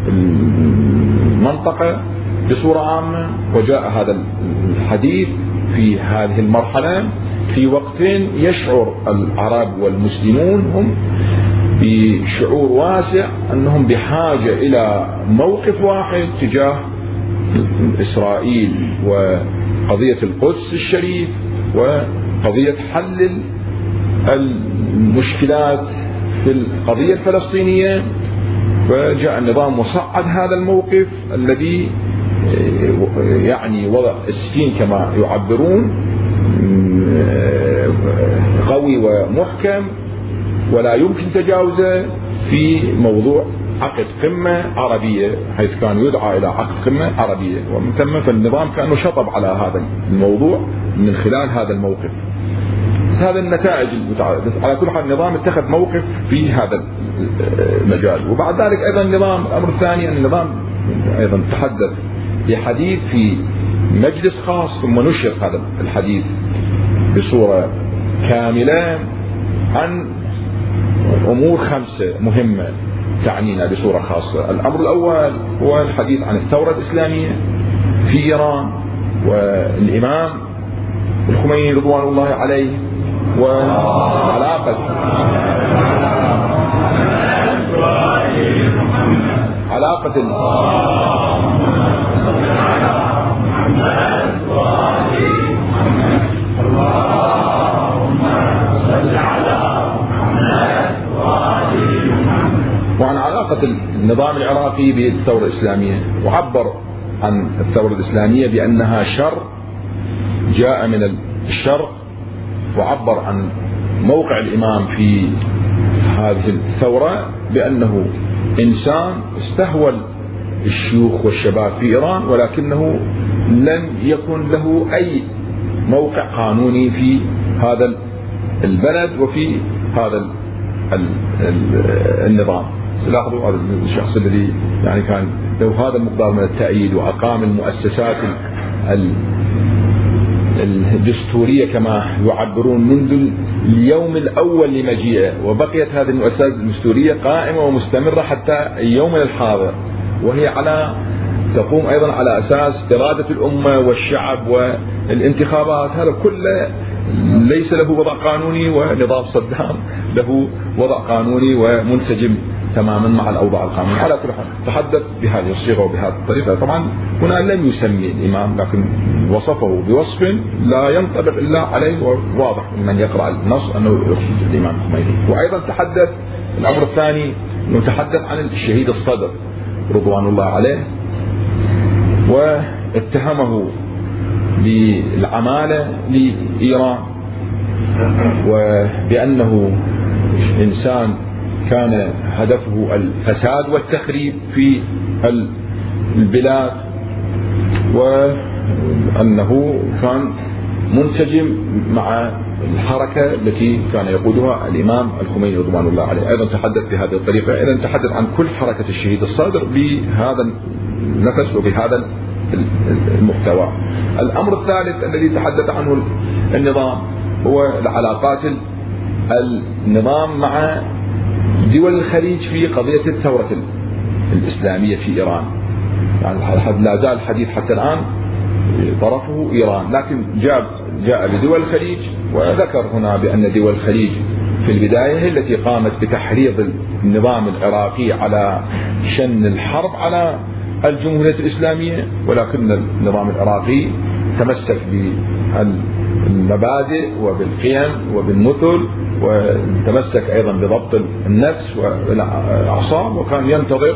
المنطقة بصورة عامة، وجاء هذا الحديث في هذه المرحلة في وقت يشعر العرب والمسلمون هم بشعور واسع أنهم بحاجة إلى موقف واحد تجاه إسرائيل وقضية القدس الشريف وقضية حل المشكلات في القضية الفلسطينية. فجاء النظام وصعد هذا الموقف الذي يعني وضع السكين كما يعبرون، قوي ومحكم ولا يمكن تجاوزه في موضوع عقد قمة عربية، حيث كان يدعى إلى عقد قمة عربية، ومن ثم فالنظام كأنه شطب على هذا الموضوع من خلال هذا الموقف. هذه النتائج المتعددة. على كل حال النظام اتخذ موقف في هذا المجال. وبعد ذلك أيضا النظام، الأمر الثاني أن النظام أيضا تحدث بحديث في مجلس خاص، ثم نشر هذا الحديث بصورة كاملة عن أمور 5 مهمة تعنينا بصورة خاصة. الأمر الأول هو الحديث عن الثورة الإسلامية في إيران، والإمام الخميني رضوان الله عليه، وعلاقة وعن علاقة النظام العراقي بالثورة الإسلامية. وعبر عن الثورة الإسلامية بأنها شر جاء من الشرق، وعبر عن موقع الإمام في هذه الثورة بأنه إنسان استهوى الشيوخ والشباب في إيران، ولكنه لم يكن له أي موقع قانوني في هذا البلد وفي هذا النظام. لاحظوا هذا الشخص الذي يعني كان له هذا المقدار من التأييد، وأقام المؤسسات الدستورية كما يعبرون منذ اليوم الأول لمجيئه، وبقيت هذه المؤسسات الدستورية قائمة ومستمرة حتى يومنا الحاضر، وهي تقوم أيضا على أساس إرادة الأمة والشعب والانتخابات. هذا كله ليس له وضع قانوني، ونظام صدام له وضع قانوني ومنسجم تماما مع الأوضاع القانونية. على كل حال تحدث بهذه الصيغة وبهذه الطريقة. طبعا هنا لم يسمي الإمام، لكن وصفه بوصف لا ينطبق إلا عليه، وواضح من يقرأ النص أنه يقصد الإمام الخميني. وأيضا تحدث الأمر الثاني أنه تحدث عن الشهيد الصدر رضوان الله عليه، واتهمه بالعمالة لإيران، وبأنه إنسان كان هدفه الفساد والتخريب في البلاد، وأنه كان منسجم مع الحركة التي كان يقودها الإمام الخميني رضوان الله عليه. أيضا تحدث بهذه الطريقة. أيضا تحدث عن كل حركة الشهيد الصادر بهذا النفس وبهذا المحتوى. الأمر الثالث الذي تحدث عنه النظام هو العلاقات النظام مع دول الخليج في قضية الثورة الإسلامية في إيران. يعني لا زال الحديث حتى الآن طرفه إيران، لكن جاء بدول الخليج، وذكر هنا بأن دول الخليج في البداية هي التي قامت بتحريض النظام العراقي على شن الحرب على الجمهورية الإسلامية، ولكن النظام العراقي تمسك بالمبادئ وبالقيم وبالمثل، وتمسك أيضا بضبط النفس والأعصاب، وكان ينتظر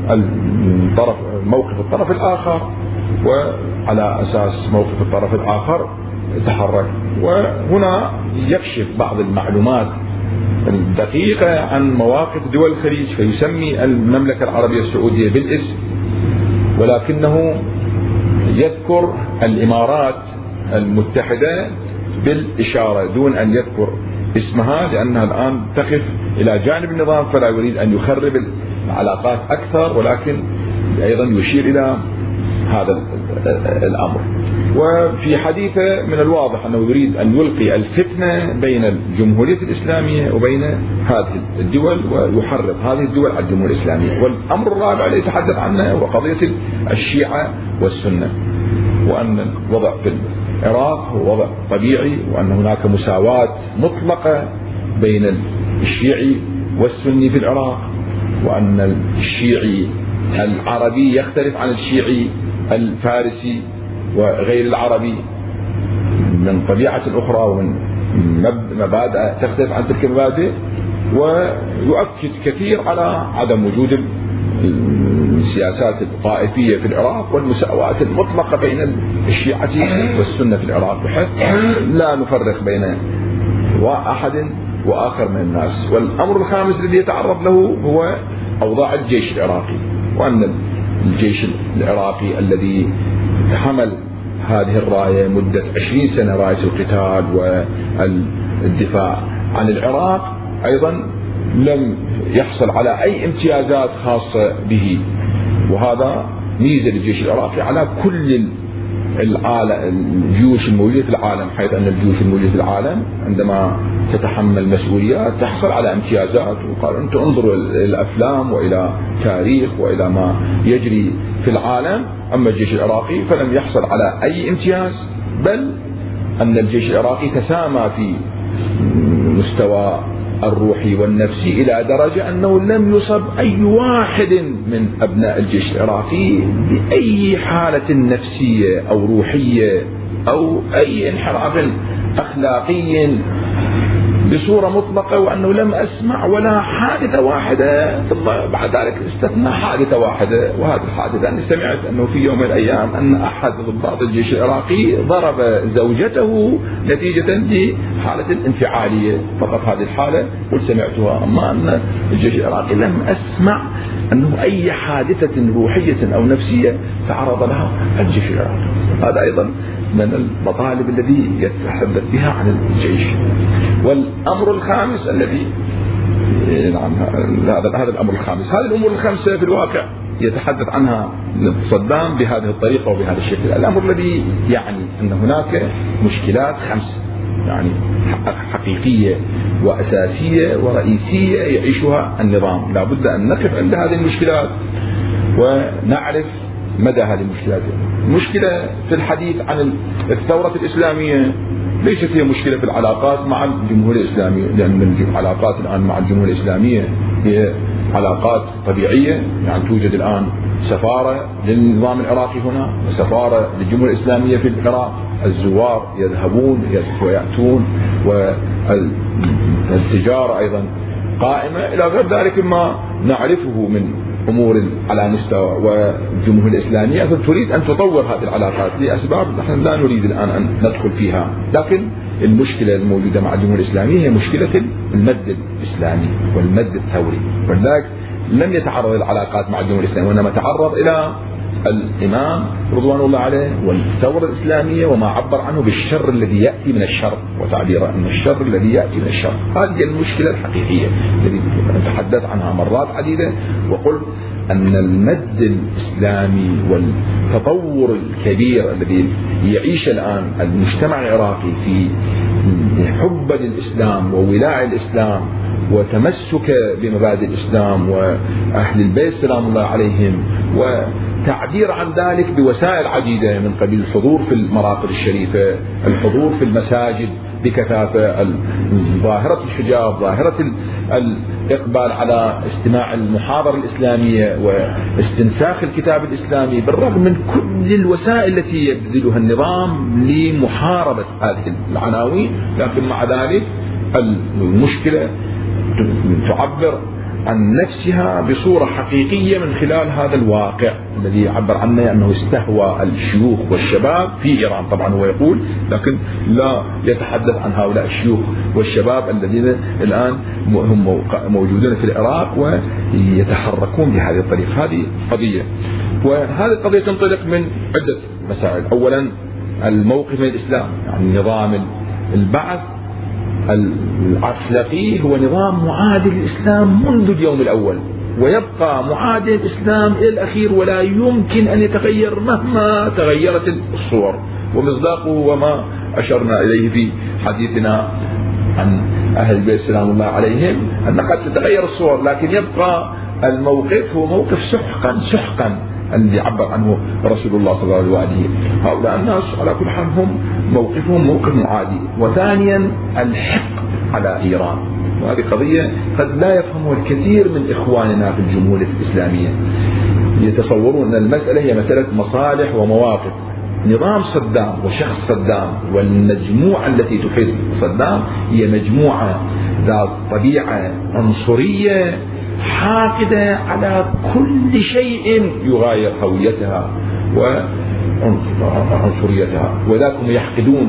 موقف الطرف الآخر، وعلى أساس موقف الطرف الآخر تحرك. وهنا يكشف بعض المعلومات الدقيقة عن مواقف دول الخليج، فيسمي المملكة العربية السعودية بالاسم، ولكنه يذكر الإمارات المتحدة بالإشارة دون أن يذكر اسمها، لأنها الآن تقف إلى جانب النظام، فلا يريد أن يخرب العلاقات أكثر، ولكن أيضا يشير إلى هذا الأمر. وفي حديثه من الواضح أنه يريد أن يلقي الفتنة بين الجمهورية الإسلامية وبين هذه الدول، ويحرض هذه الدول على الجمهورية الإسلامية. والأمر الرابع الذي يتحدث عنه هو قضية الشيعة والسنة، وأن الوضع في العراق هو وضع طبيعي، وأن هناك مساواة مطلقة بين الشيعي والسني في العراق، وأن الشيعي العربي يختلف عن الشيعي الفارسي وغير العربي من طبيعة أخرى ومن مبادئ تختلف عن تلك المبادئ، ويؤكد كثير على عدم وجود السياسات الطائفية في العراق والمساواة المطلقة بين الشيعة والسنة في العراق، بحيث لا نفرق بين أحد وآخر من الناس. والأمر الخامس الذي يتعرض له هو أوضاع الجيش العراقي، وأن الجيش العراقي الذي حمل هذه الراية مدة 20 سنة، راية القتال الدفاع عن العراق أيضا لم يحصل على أي امتيازات خاصة به، وهذا ميزة للجيش العراقي على كل الجيوش الموجودة في العالم، حيث أن الجيوش الموجودة في العالم عندما تتحمل مسؤوليات تحصل على امتيازات، وقال أنتم انظروا إلى الأفلام وإلى تاريخ وإلى ما يجري في العالم. أما الجيش العراقي فلم يحصل على أي امتياز، بل أن الجيش العراقي تسامى في مستوى الروحي والنفسي إلى درجة أنه لم يصب أي واحد من أبناء الجيش العراقي بأي حالة نفسية أو روحية أو أي انحراف أخلاقي بصورة مطلقة، وأنه لم أسمع ولا حادثة واحدة. ثم بعد ذلك استثنى حادثة واحدة، وهذه الحادثة أني سمعت أنه في يوم من الأيام أن أحد ضباط الجيش العراقي ضرب زوجته نتيجة لحالة انفعالية، فقط هذه الحالة قل سمعتها. أما أن الجيش العراقي لم أسمع أنه أي حادثة روحية أو نفسية تعرض لها الجيش العراقي. هذا أيضا من المطالب الذي يتحدث بها عن الجيش. والأمر الخامس الذي هذا الأمر الخامس، هذه الأمور الخمسة في الواقع يتحدث عنها صدام بهذه الطريقة وبهذا الشكل. الأمر الذي يعني أن هناك مشكلات خمسة يعني حقيقية وأساسية ورئيسية يعيشها النظام، لا بد أن نقف عند هذه المشكلات ونعرف مدى هذه المشكلات. المشكلة في الحديث عن الثورة الإسلامية ليست هي مشكلة في العلاقات مع الجمهورية الإسلامية، لأن العلاقات الآن مع الجمهورية الإسلامية هي علاقات طبيعية. يعني توجد الآن سفارة للنظام العراقي هنا وسفارة للجمهورية الإسلامية في العراق، الزوار يذهبون ويأتون، والتجارة أيضا قائمة إلى غير ذلك ما نعرفه من أمور على مستوى. والجمهورية الإسلامية تريد أن تطور هذه العلاقات لأسباب نحن لا نريد الآن أن ندخل فيها، لكن المشكلة الموجودة مع الجمهورية الإسلامية هي مشكلة المد الإسلامي والمد الثوري، ولذلك لم يتعرض العلاقات مع الجمهورية الإسلامية، وإنما تعرض إلى الإمام رضوان الله عليه والثورة الإسلامية وما عبر عنه بالشر الذي يأتي من الشر، وتعبير أن الشر الذي يأتي من الشر. هذه المشكلة الحقيقية التي نتحدث عنها مرات عديدة، وقلت أن المد الإسلامي والتطور الكبير الذي يعيش الآن المجتمع العراقي في حب للإسلام وولاء الإسلام وتمسك بمبادئ الإسلام وأهل البيت سلام الله عليهم، وتعبير عن ذلك بوسائل عديدة من قبيل الحضور في المراقد الشريفة، الحضور في المساجد بكثافة، ظاهرة الحجاب، ظاهرة الإقبال على استماع المحاضرة الإسلامية واستنساخ الكتاب الإسلامي، بالرغم من كل الوسائل التي يبذلها النظام لمحاربة هذه العناوين. لكن مع ذلك المشكلة تعبر عن نفسها بصورة حقيقية من خلال هذا الواقع الذي يعبر عنه أنه استهوى الشيوخ والشباب في إيران. طبعا هو يقول، لكن لا يتحدث عن هؤلاء الشيوخ والشباب الذين الآن هم موجودون في العراق ويتحركون بهذه الطريقة. هذه قضية، وهذه القضية تنطلق من عدة مسائل. أولا الموقف من الإسلام، يعني نظام البعث العسلقي هو نظام معادي للإسلام منذ اليوم الأول، ويبقى معادي للإسلام إلى الأخير، ولا يمكن أن يتغير مهما تغيرت الصور. ومصداقه وما أشرنا إليه في حديثنا عن أهل البيت سلام الله عليهم أن قد تتغير الصور، لكن يبقى الموقف هو موقف سحقا الذي عبر عنه رسول الله صلى الله عليه وسلم. هؤلاء الناس على كل حال هم موقفهم موقف معادي. وثانيا الحقد على إيران، وهذه قضية قد لا يفهمها الكثير من إخواننا في الجمهورية الإسلامية، يتصورون أن المسألة هي مسألة مصالح ومواقف. نظام صدام وشخص صدام والمجموعة التي تحيط صدام هي مجموعة ذات طبيعة عنصرية حاقدة على كل شيء يغاير هويتها وعنصريتها، وذلك هم يحقدون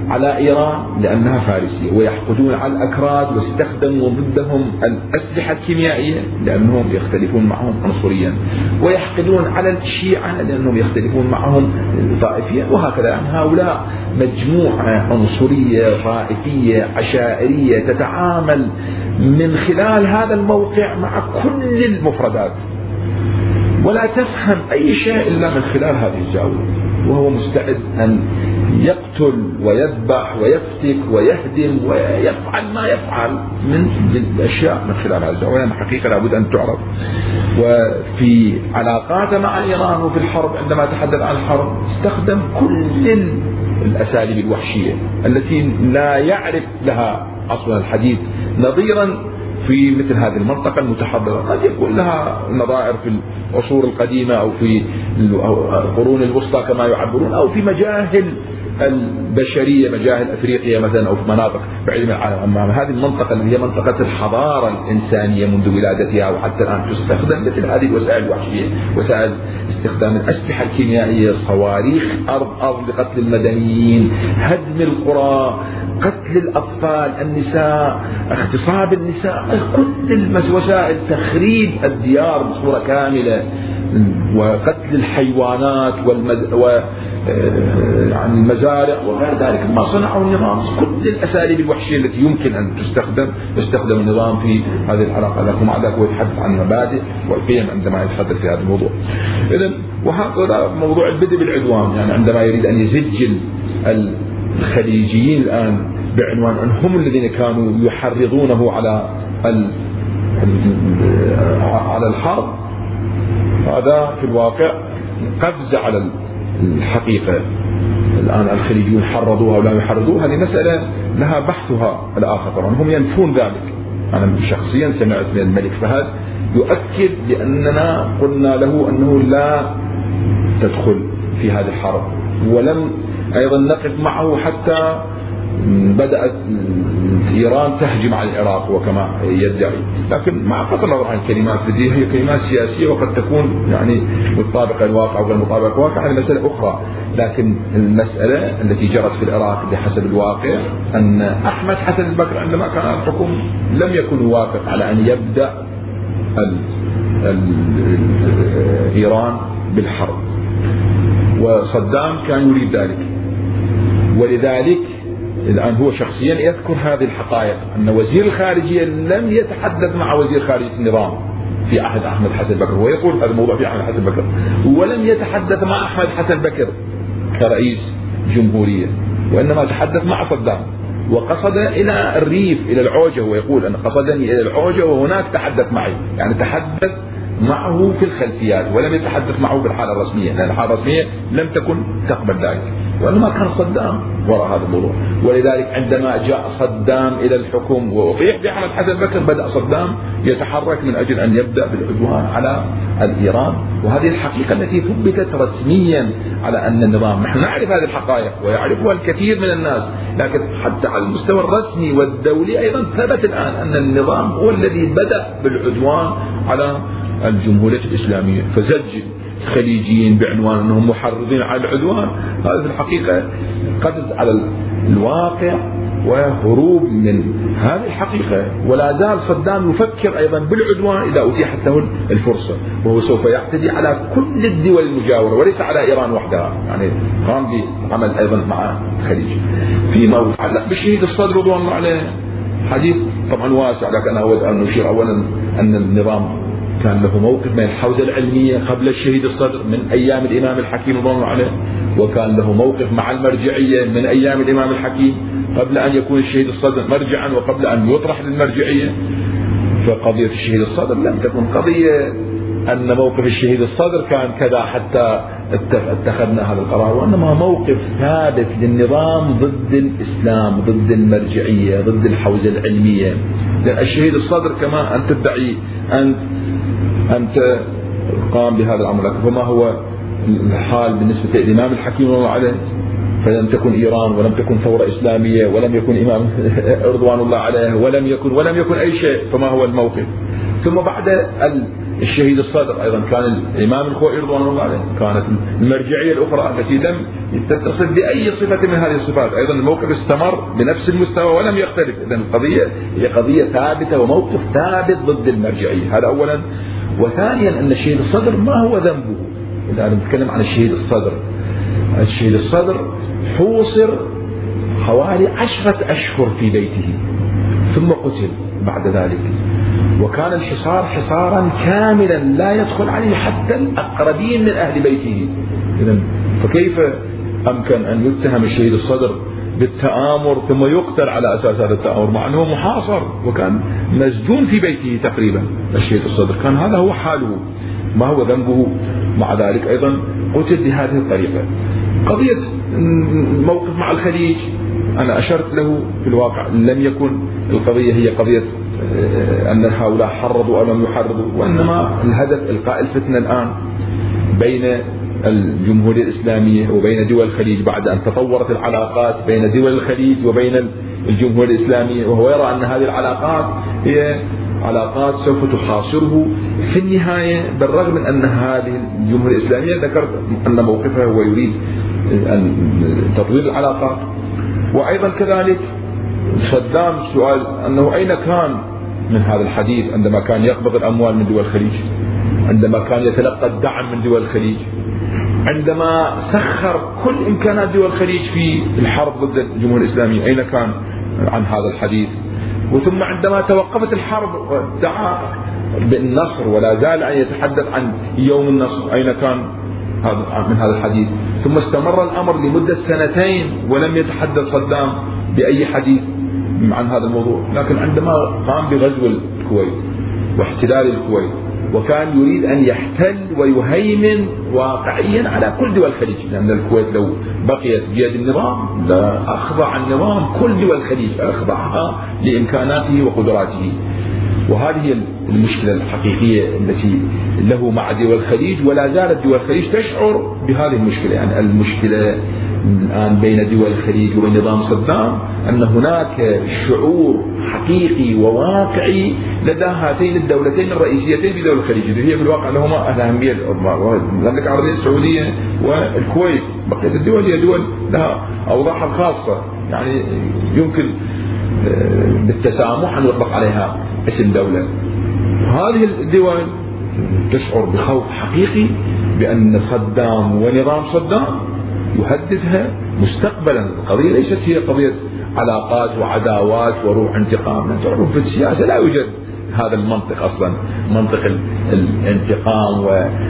على إيران لأنها فارسية، ويحقدون على الأكراد واستخدموا ضدهم الأسلحة الكيميائية لأنهم يختلفون معهم عنصريا، ويحقدون على الشيعة لأنهم يختلفون معهم طائفيا، وهكذا. يعني هؤلاء مجموعة عنصرية طائفية عشائرية تتعامل من خلال هذا الموقع مع كل المفردات، ولا تفهم أي شيء إلا من خلال هذه الزاوية، وهو مستعد أن يقتل ويذبح ويفتك ويهدم ويفعل ما يفعل من الأشياء من خلال هذه الزاوية. يعني حقيقة لابد أن تعرف. وفي علاقاته مع إيران وفي الحرب، عندما تحدث عن الحرب استخدم كل الأساليب الوحشية التي لا يعرف لها أصلا الحديث نظيرا في مثل هذه المنطقة المتحضرة. قد يكون لها نظائر في العصور القديمة أو في القرون الوسطى كما يعبرون، أو في مجاهل البشرية، مجاهل أفريقيا مثلا، أو في مناطق بعيدة عن العالم. أما هذه المنطقة اللي هي منطقة الحضارة الإنسانية منذ ولادتها وحتى الآن تستخدم مثل هذه الوسائل الوحشية، وسائل استخدام الأسلحة الكيميائية، صواريخ أرض لقتل المدنيين، هدم القرى، قتل الأطفال، النساء، اغتصاب النساء، كل وسائل تخريب الديار بصورة كاملة، وقتل الحيوانات عن المزارع وغير ذلك. ما صنعوا النظام كل الأساليب الوحشية التي يمكن أن يستخدم النظام في هذه العلاقة. لكن مع ذلك هو يتحدث عن المبادئ والقيم عندما يتحدث في هذا الموضوع. إذن وهذا موضوع البدء بالعدوان، يعني عندما يريد أن يزج الخليجيين الآن بعنوان أن هم الذين كانوا يحرضونه على الحرب، هذا في الواقع قفز على الحقيقة. الآن الخليجيون حرضوها ولا يحرضوها، هذه مسألة لها بحثها الآخر. طبعا هم ينفون ذلك. أنا شخصيا سمعت من الملك فهد يؤكد بأننا قلنا له أنه لا تدخل في هذه الحرب، ولم أيضا نقف معه حتى بدأت إيران تهجم على العراق وكما يدعي. لكن مع قطع النظر عن الكلمات التي هي كلمات سياسية وقد تكون يعني مطابقة الواقع وغير مطابقة الواقع، هذه مسألة أخرى. لكن المسألة التي جرت في العراق بحسب الواقع أن أحمد حسن البكر عندما كان على الحكم لم يكن يوافق على أن يبدأ إيران بالحرب، وصدام كان يريد ذلك. ولذلك الآن هو شخصيا يذكر هذه الحقائق، أن وزير الخارجية لم يتحدث مع وزير خارجية النظام في عهد أحمد حسن بكر، هو يقول هذا الموضوع في عهد حسن بكر، ولم يتحدث مع أحمد حسن بكر كرئيس جمهورية، وإنما تحدث مع صدام، وقصد إلى الريف إلى العوجة. هو يقول أن قصدني إلى العوجة وهناك تحدث معي، يعني تحدث معه في الخلفيات ولم يتحدث معه بالحالة الرسمية، لأن الحالة الرسمية لم تكن تقبل ذلك، وإنما كان صدام وراء هذا الموضوع. ولذلك عندما جاء صدام إلى الحكم وأطيح بأحمد حسن بكر، بدأ صدام يتحرك من أجل أن يبدأ بالعدوان على الإيران. وهذه الحقيقة التي ثبتت رسميا على أن النظام، نحن نعرف هذه الحقائق ويعرفها الكثير من الناس، لكن حتى على المستوى الرسمي والدولي أيضا ثبت الآن أن النظام هو الذي بدأ بالعدوان على الجمهورية الإسلامية. فزج الخليجيين بعنوان أنهم محرضين على العدوان، هذا في الحقيقة قفز على الواقع وهروب من هذه الحقيقة. ولا زال صدام يفكر أيضا بالعدوان إذا أتيحت له الفرصة، وهو سوف يعتدي على كل الدول المجاورة وليس على إيران وحدها. يعني قام بعمل أيضا مع الخليج. فيما يتعلق بالشهيد الصدر رضوان الله عليه حديث طبعا واسع، لكن أنا أود أن نشير أولا أن النظام كان له موقف من الحوزة العلمية قبل الشهيد الصدر من أيام الإمام الحكيم رضوان الله عليه، وكان له موقف مع المرجعية من أيام الإمام الحكيم قبل أن يكون الشهيد الصدر مرجعا وقبل أن يطرح للمرجعية. فقضية الشهيد الصدر لم تكن قضية أن موقف الشهيد الصدر كان كذا حتى اتخذنا هذا القرار، وإنما موقف ثابت للنظام ضد الإسلام، ضد المرجعية، ضد الحوزة العلمية. لأن الشهيد الصدر كما أن تدعي أنت قام بهذا الأمر، فما هو الحال بالنسبة للإمام الحكيم رضوان الله عليه؟ فلم تكن إيران ولم تكن ثورة إسلامية ولم يكن إمام رضوان الله عليه ولم يكن أي شيء، فما هو الموقف؟ ثم بعد الشهيد الصدر أيضا كان الإمام الخوئي رضوان الله عليه، كانت المرجعية الأخرى التي لم تتصف بأي صفة من هذه الصفات، أيضا الموقف استمر بنفس المستوى ولم يختلف. إذن القضية هي قضية ثابتة وموقف ثابت ضد المرجعية، هذا أولا. وثانيا أن الشهيد الصدر ما هو ذنبه؟ إذا نتكلم عن الشهيد الصدر، الشهيد الصدر حوصر حوالي 10 أشهر في بيته ثم قتل بعد ذلك، وكان الحصار حصارا كاملا لا يدخل عليه حتى الأقربين من أهل بيته. إذن فكيف أمكن أن يتهم الشهيد الصدر بالتآمر ثم يقتل على أساس هذا التآمر، مع أنه محاصر وكان مسجون في بيته تقريبا الشهيد الصدر، كان هذا هو حاله، ما هو ذنبه؟ مع ذلك أيضا قتل بهذه الطريقة. قضية موقف مع الخليج أنا أشرت له، في الواقع لم يكن القضية هي قضية أن هؤلاء حرضوا أو لم يحرضوا، وإنما الهدف إلقاء الفتنة الآن بين الجمهورية الإسلامية وبين دول الخليج بعد أن تطورت العلاقات بين دول الخليج وبين الجمهورية الإسلامية، وهو يرى أن هذه العلاقات هي علاقات سوف تحاصره في النهاية، بالرغم من أن هذه الجمهورية الإسلامية ذكرت أن موقفها هو يريد أن تطوير العلاقات. وأيضا كذلك صدام سؤال أنه أين كان من هذا الحديث عندما كان يقبض الأموال من دول الخليج، عندما كان يتلقى الدعم من دول الخليج، عندما سخر كل إمكانات دول الخليج في الحرب ضد الجمهورية الإسلامية، أين كان عن هذا الحديث؟ وثم عندما توقفت الحرب ودعا بالنصر ولا زال أن يتحدث عن يوم النصر، أين كان من هذا الحديث؟ ثم استمر الأمر لمدة 2 ولم يتحدث صدام بأي حديث عن هذا الموضوع. لكن عندما قام بغزو الكويت واحتلال الكويت وكان يريد أن يحتل ويهيمن واقعيا على كل دول الخليج، لأن الكويت لو بقيت بيد النظام لأخضع النظام كل دول الخليج، أخضعها لإمكاناته وقدراته. وهذه هي المشكلة الحقيقية التي له مع دول الخليج، ولا زالت دول الخليج تشعر بهذه المشكلة. يعني المشكلة الآن بين دول الخليج وبين نظام صدام أن هناك شعور حقيقي وواقعي لدى هاتين الدولتين الرئيسيتين في دول الخليج، هي في الواقع لهما الأهمية العظمى، المملكة العربية السعودية والكويت. بقية الدول هي دول لها أوضاعها الخاصة، يعني يمكن بالتسامح أن يطلق عليها اسم دولة. هذه الدول تشعر بخوف حقيقي بأن صدام ونظام صدام يهددها مستقبلا. القضية ليست هي قضية علاقات وعداوات وروح انتقام، تعرف في السياسة لا يوجد هذا المنطق أصلا، منطق الانتقام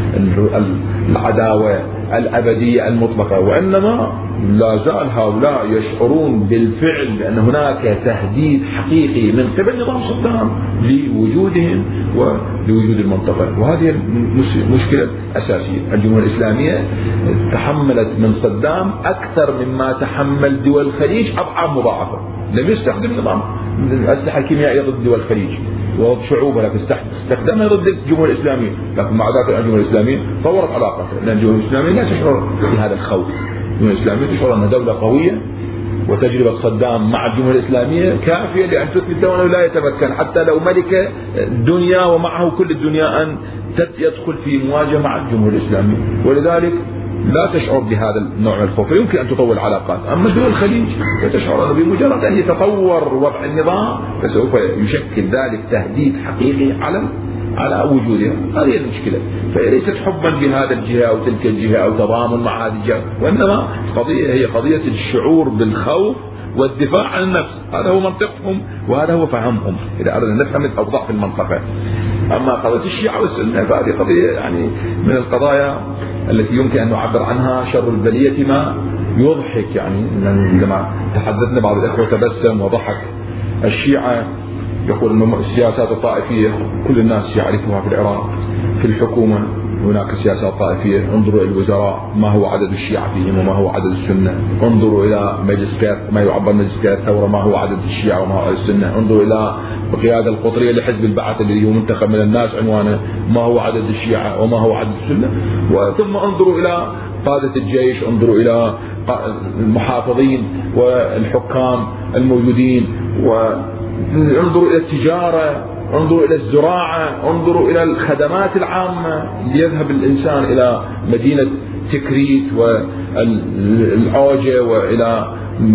والعداوة الأبدية المطلقة، وإنما لا زال هؤلاء يشعرون بالفعل بأن هناك تهديد حقيقي من قبل نظام صدام لوجودهم ولوجود المنطقة. وهذه المشكلة أساسية. الجمهورية الإسلامية تحملت من صدام أكثر مما تحمل دول الخليج أضعاف مضاعفة. لم يستخدم نظام الأسلحة الكيميائية ضد دول الخليج وضد شعوبها، لكن استخدمها ضد الجمهورية الإسلامية. لكن مع ذلك الجمهورية الإسلامية طورت علاقتها، لأن الجمهورية الإسلامية لا تشعر بهذا الخوف. الجمهورية الإسلامية تشعر أنها دولة قوية، وتجربة صدام مع الجمهورية الإسلامية كافية لأن تثبت له أنه لا يتمكن حتى لو ملك الدنيا ومعه كل الدنيا أن يدخل في مواجهة مع الجمهورية الإسلامية، ولذلك لا تشعر بهذا النوع من الخوف. يمكن أن تطور العلاقات، أما دول الخليج فتشعر أنه بمجرد أن يتطور وضع النظام فسوف يشكل ذلك تهديد حقيقي على وجودها. هذه المشكلة. فهي ليست حبا بهذا الجهة أو تلك الجهة أو تضامن مع هذه الجهة، وإنما قضية هي قضية الشعور بالخوف والدفاع عن النفس. هذا هو منطقهم وهذا هو فهمهم إذا أردنا نفهم الأوضاع في المنطقة. أما قضية الشيعة والسنة فهذه قضية يعني من القضايا التي يمكن أن نعبر عنها شر البلية ما يضحك. يعني عندما تحدثنا بعض الأخوة تبسم وضحك. الشيعة يقول أن السياسات الطائفية كل الناس يعرفها في العراق، في الحكومة هناك سياسات طائفية. انظروا إلى الوزراء ما هو عدد الشيعة فيهم وما هو عدد السنة. انظروا إلى مجلس ما يعبر مجلس الثورة ما هو عدد الشيعة وما هو عدد السنة. انظروا إلى القيادة القطرية لحزب البعث الذي هو منتخب من الناس عنوانه ما هو عدد الشيعة وما هو عدد السنة. ثم انظروا إلى قادة الجيش، انظروا إلى المحافظين والحكام الموجودين، وانظروا إلى التجارة انظروا إلى الزراعة، انظروا إلى الخدمات العامة. يذهب الإنسان إلى مدينة تكريت والعوجة وإلى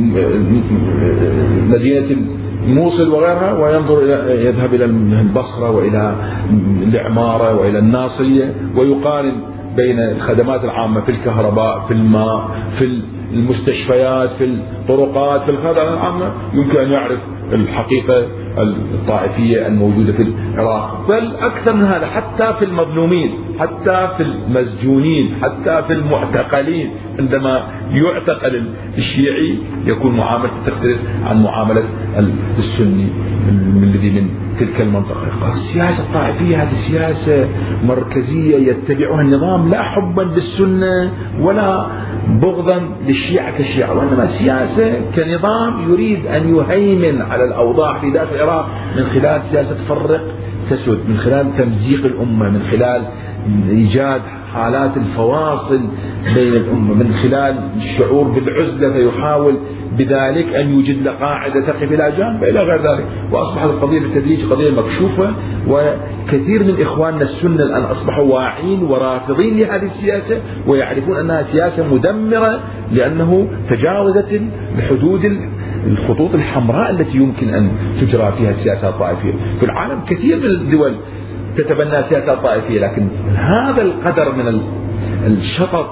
مدينة موصل وغيرها، وينظر يذهب إلى البصرة وإلى العمارة وإلى الناصية، ويقارن بين الخدمات العامة في الكهرباء، في الماء، في المستشفيات، في الطرقات، في الخدمات العامة. يمكن أن يعرف الحقيقة الطائفية الموجودة في العراق، بل أكثر من هذا حتى في المظلومين، حتى في المسجونين، حتى في المعتقلين. عندما يعتقل الشيعي يكون معاملة تختلف عن معاملة السني الذي من تلك المنطقة. السياسة الطائفية هذه سياسة مركزية يتبعها النظام، لا حبا بالسنة ولا بغضا للشيعة كالشيعة، وإنما سياسة كنظام يريد أن يهيمن على الأوضاع في داخل العراق من خلال سياسة فرق تسد، من خلال تمزيق الأمة، من خلال إيجاد حالات الفواصل بين الأمة، من خلال الشعور بالعزلة فيحاول بذلك أن يوجد له قاعدة تقف إلى جانب إلى غير ذلك. وأصبحت القضية بالتدريج قضية مكشوفة، وكثير من إخواننا السنة الآن أصبحوا واعين ورافضين لهذه السياسة، ويعرفون أنها سياسة مدمرة لأنه تجاوزت الحدود الخطوط الحمراء التي يمكن أن تجرى فيها السياسة الطائفية. في العالم كثير من الدول تتبنى سياسة طائفية، لكن هذا القدر من الشطط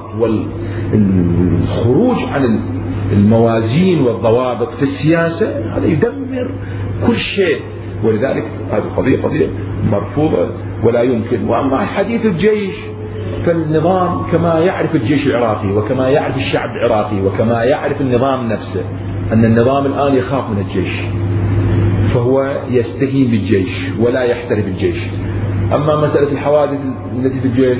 والخروج عن الموازين والضوابط في السياسة هذا يدمر كل شيء. ولذلك هذه قضية مرفوضة ولا يمكن. وأما حديث الجيش، فالنظام كما يعرف الجيش العراقي وكما يعرف الشعب العراقي وكما يعرف النظام نفسه أن النظام الآن يخاف من الجيش، فهو يستهين بالجيش ولا يحترم الجيش. أما مسألة الحوادث التي في الجيش،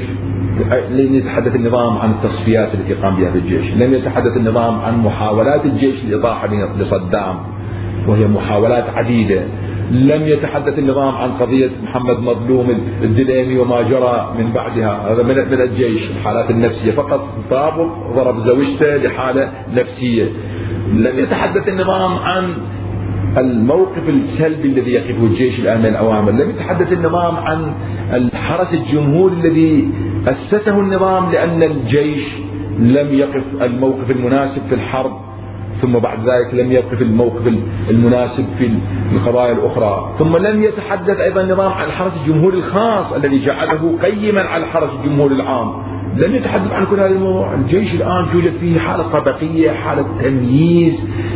لم يتحدث النظام عن التصفيات التي قام بها في الجيش، لم يتحدث النظام عن محاولات الجيش لإطاحة لصدام وهي محاولات عديدة، لم يتحدث النظام عن قضية محمد مظلوم الدليمي وما جرى من بعدها، هذا من الجيش الحالات النفسية فقط، ضابط ضرب زوجته لحالة نفسية. لم يتحدث النظام عن الموقف السلبي الذي يقفه الجيش الآن من الأوامر، لم يتحدث النظام عن الحرس الجمهوري الذي أسسه النظام لأن الجيش لم يقف الموقف المناسب في الحرب، ثم بعد ذلك لم يقف الموقف المناسب في القضايا الأخرى. ثم لم يتحدث أيضا النظام عن الحرس الجمهوري الخاص الذي جعله قيما على الحرس الجمهوري العام، لم يتحدث عن كل هذه الموضوع. الجيش الآن توجد فيه حالة طبقية، حالة تمييز،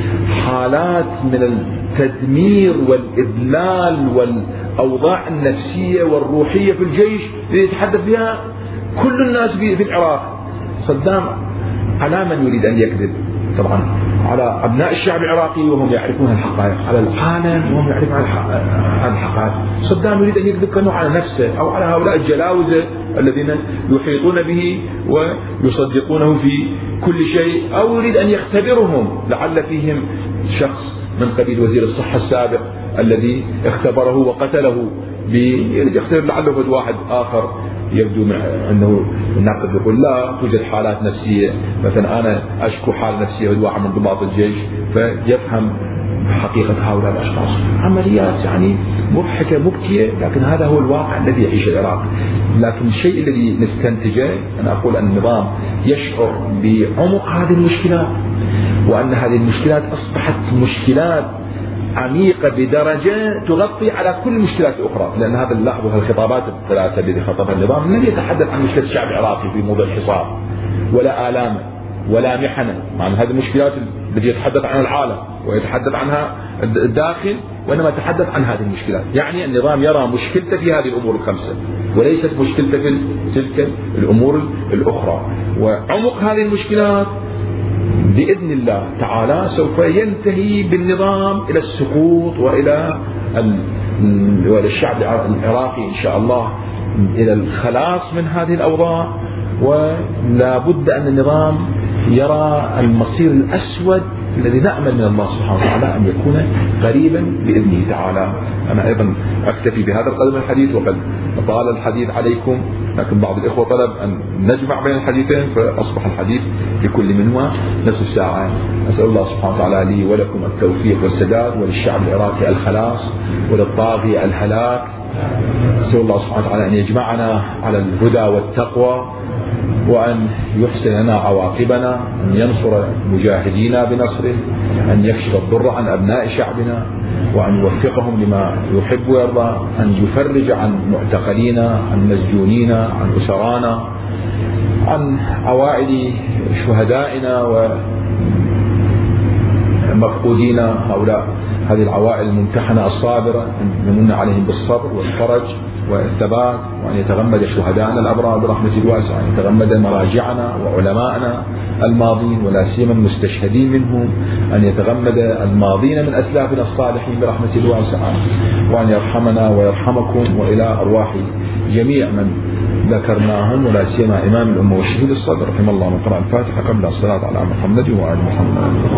حالات من التدمير والإذلال والأوضاع النفسية والروحية في الجيش يتحدث بها كل الناس في العراق. صدام على من يريد أن يكذب؟ طبعا على أبناء الشعب العراقي وهم يعرفون الحقائق، على العالم وهم يعرفون عن الحقائق. صدام يريد أن يكذب كأنه على نفسه أو على هؤلاء الجلاوزة الذين يحيطون به ويصدقونه في كل شيء، أو يريد أن يختبرهم لعل فيهم شخص من قبيل وزير الصحة السابق الذي اختبره وقتله، يختبر لعله واحد آخر يبدو أنه الناقد يقول لا توجد حالات نفسية، مثلا أنا أشكو حالة نفسية من واحد من ضباط الجيش فيفهم حقيقة هؤلاء الأشخاص. عمليات يعني مضحكة مبكية، لكن هذا هو الواقع الذي يعيشه العراق. لكن الشيء الذي نستنتجه أنا أقول أن النظام يشعر بعمق هذه المشكلات، وأن هذه المشكلات أصبحت مشكلات عميقة بدرجة تغطي على كل المشكلات الأخرى. لأن هذا لاحظوا الخطابات الثلاثة التي خطبها النظام لم يتحدث عن مشكلة الشعب العراقي في موضوع الحصار ولا آلامه ولا محنه، مع هذه المشكلات التي يتحدث عنها العالم ويتحدث عنها الداخل، وإنما يتحدث عن هذه المشكلات. يعني النظام يرى مشكلته في هذه الأمور الخمسة وليست مشكلته في تلك الأمور الأخرى. وعمق هذه المشكلات بإذن الله تعالى سوف ينتهي بالنظام إلى السقوط وإلى الشعب العراقي إن شاء الله إلى الخلاص من هذه الأوضاع. ولا بد أن النظام يرى المصير الأسود الذي نأمل من الله سبحانه وتعالى أن يكون قريبا بإذنه تعالى. أنا أيضا أكتفي بهذا القدر من الحديث، وقد طال الحديث عليكم، لكن بعض الإخوة طلب أن نجمع بين الحديثين فأصبح الحديث في كل منهما نصف ساعة. أسأل الله سبحانه وتعالى لي ولكم التوفيق والسداد، وللشعب العراقي الخلاص، وللطاغية الهلاك، نسأل الله سبحانه وتعالى أن يجمعنا على الهدى والتقوى، وأن يحسن لنا عواقبنا، أن ينصر مجاهدينا بنصره، أن يكشف الضر عن أبناء شعبنا، وأن يوفقهم لما يحب ويرضى، أن يفرج عن معتقلينا، عن مسجونينا، عن أسرانا، عن عوائل شهدائنا ومفقودينا هؤلاء، هذه العوائل الممتحنة الصابرة، أن يمن عليهم بالصبر والفرج والثبات، وأن يتغمد شهدائنا الأبرار برحمة الواسعة، أن يتغمد مراجعنا وعلماءنا الماضين ولا سيما المستشهدين منهم، أن يتغمد الماضين من أسلافنا الصالحين برحمة الواسعة، وأن يرحمنا ويرحمكم وإلى أرواح جميع من ذكرناهم ولا سيما إمام الأمة والشهيد الصدر رحمه الله. من قرأ الفاتحة قبل الصلاة على محمد وآل محمد.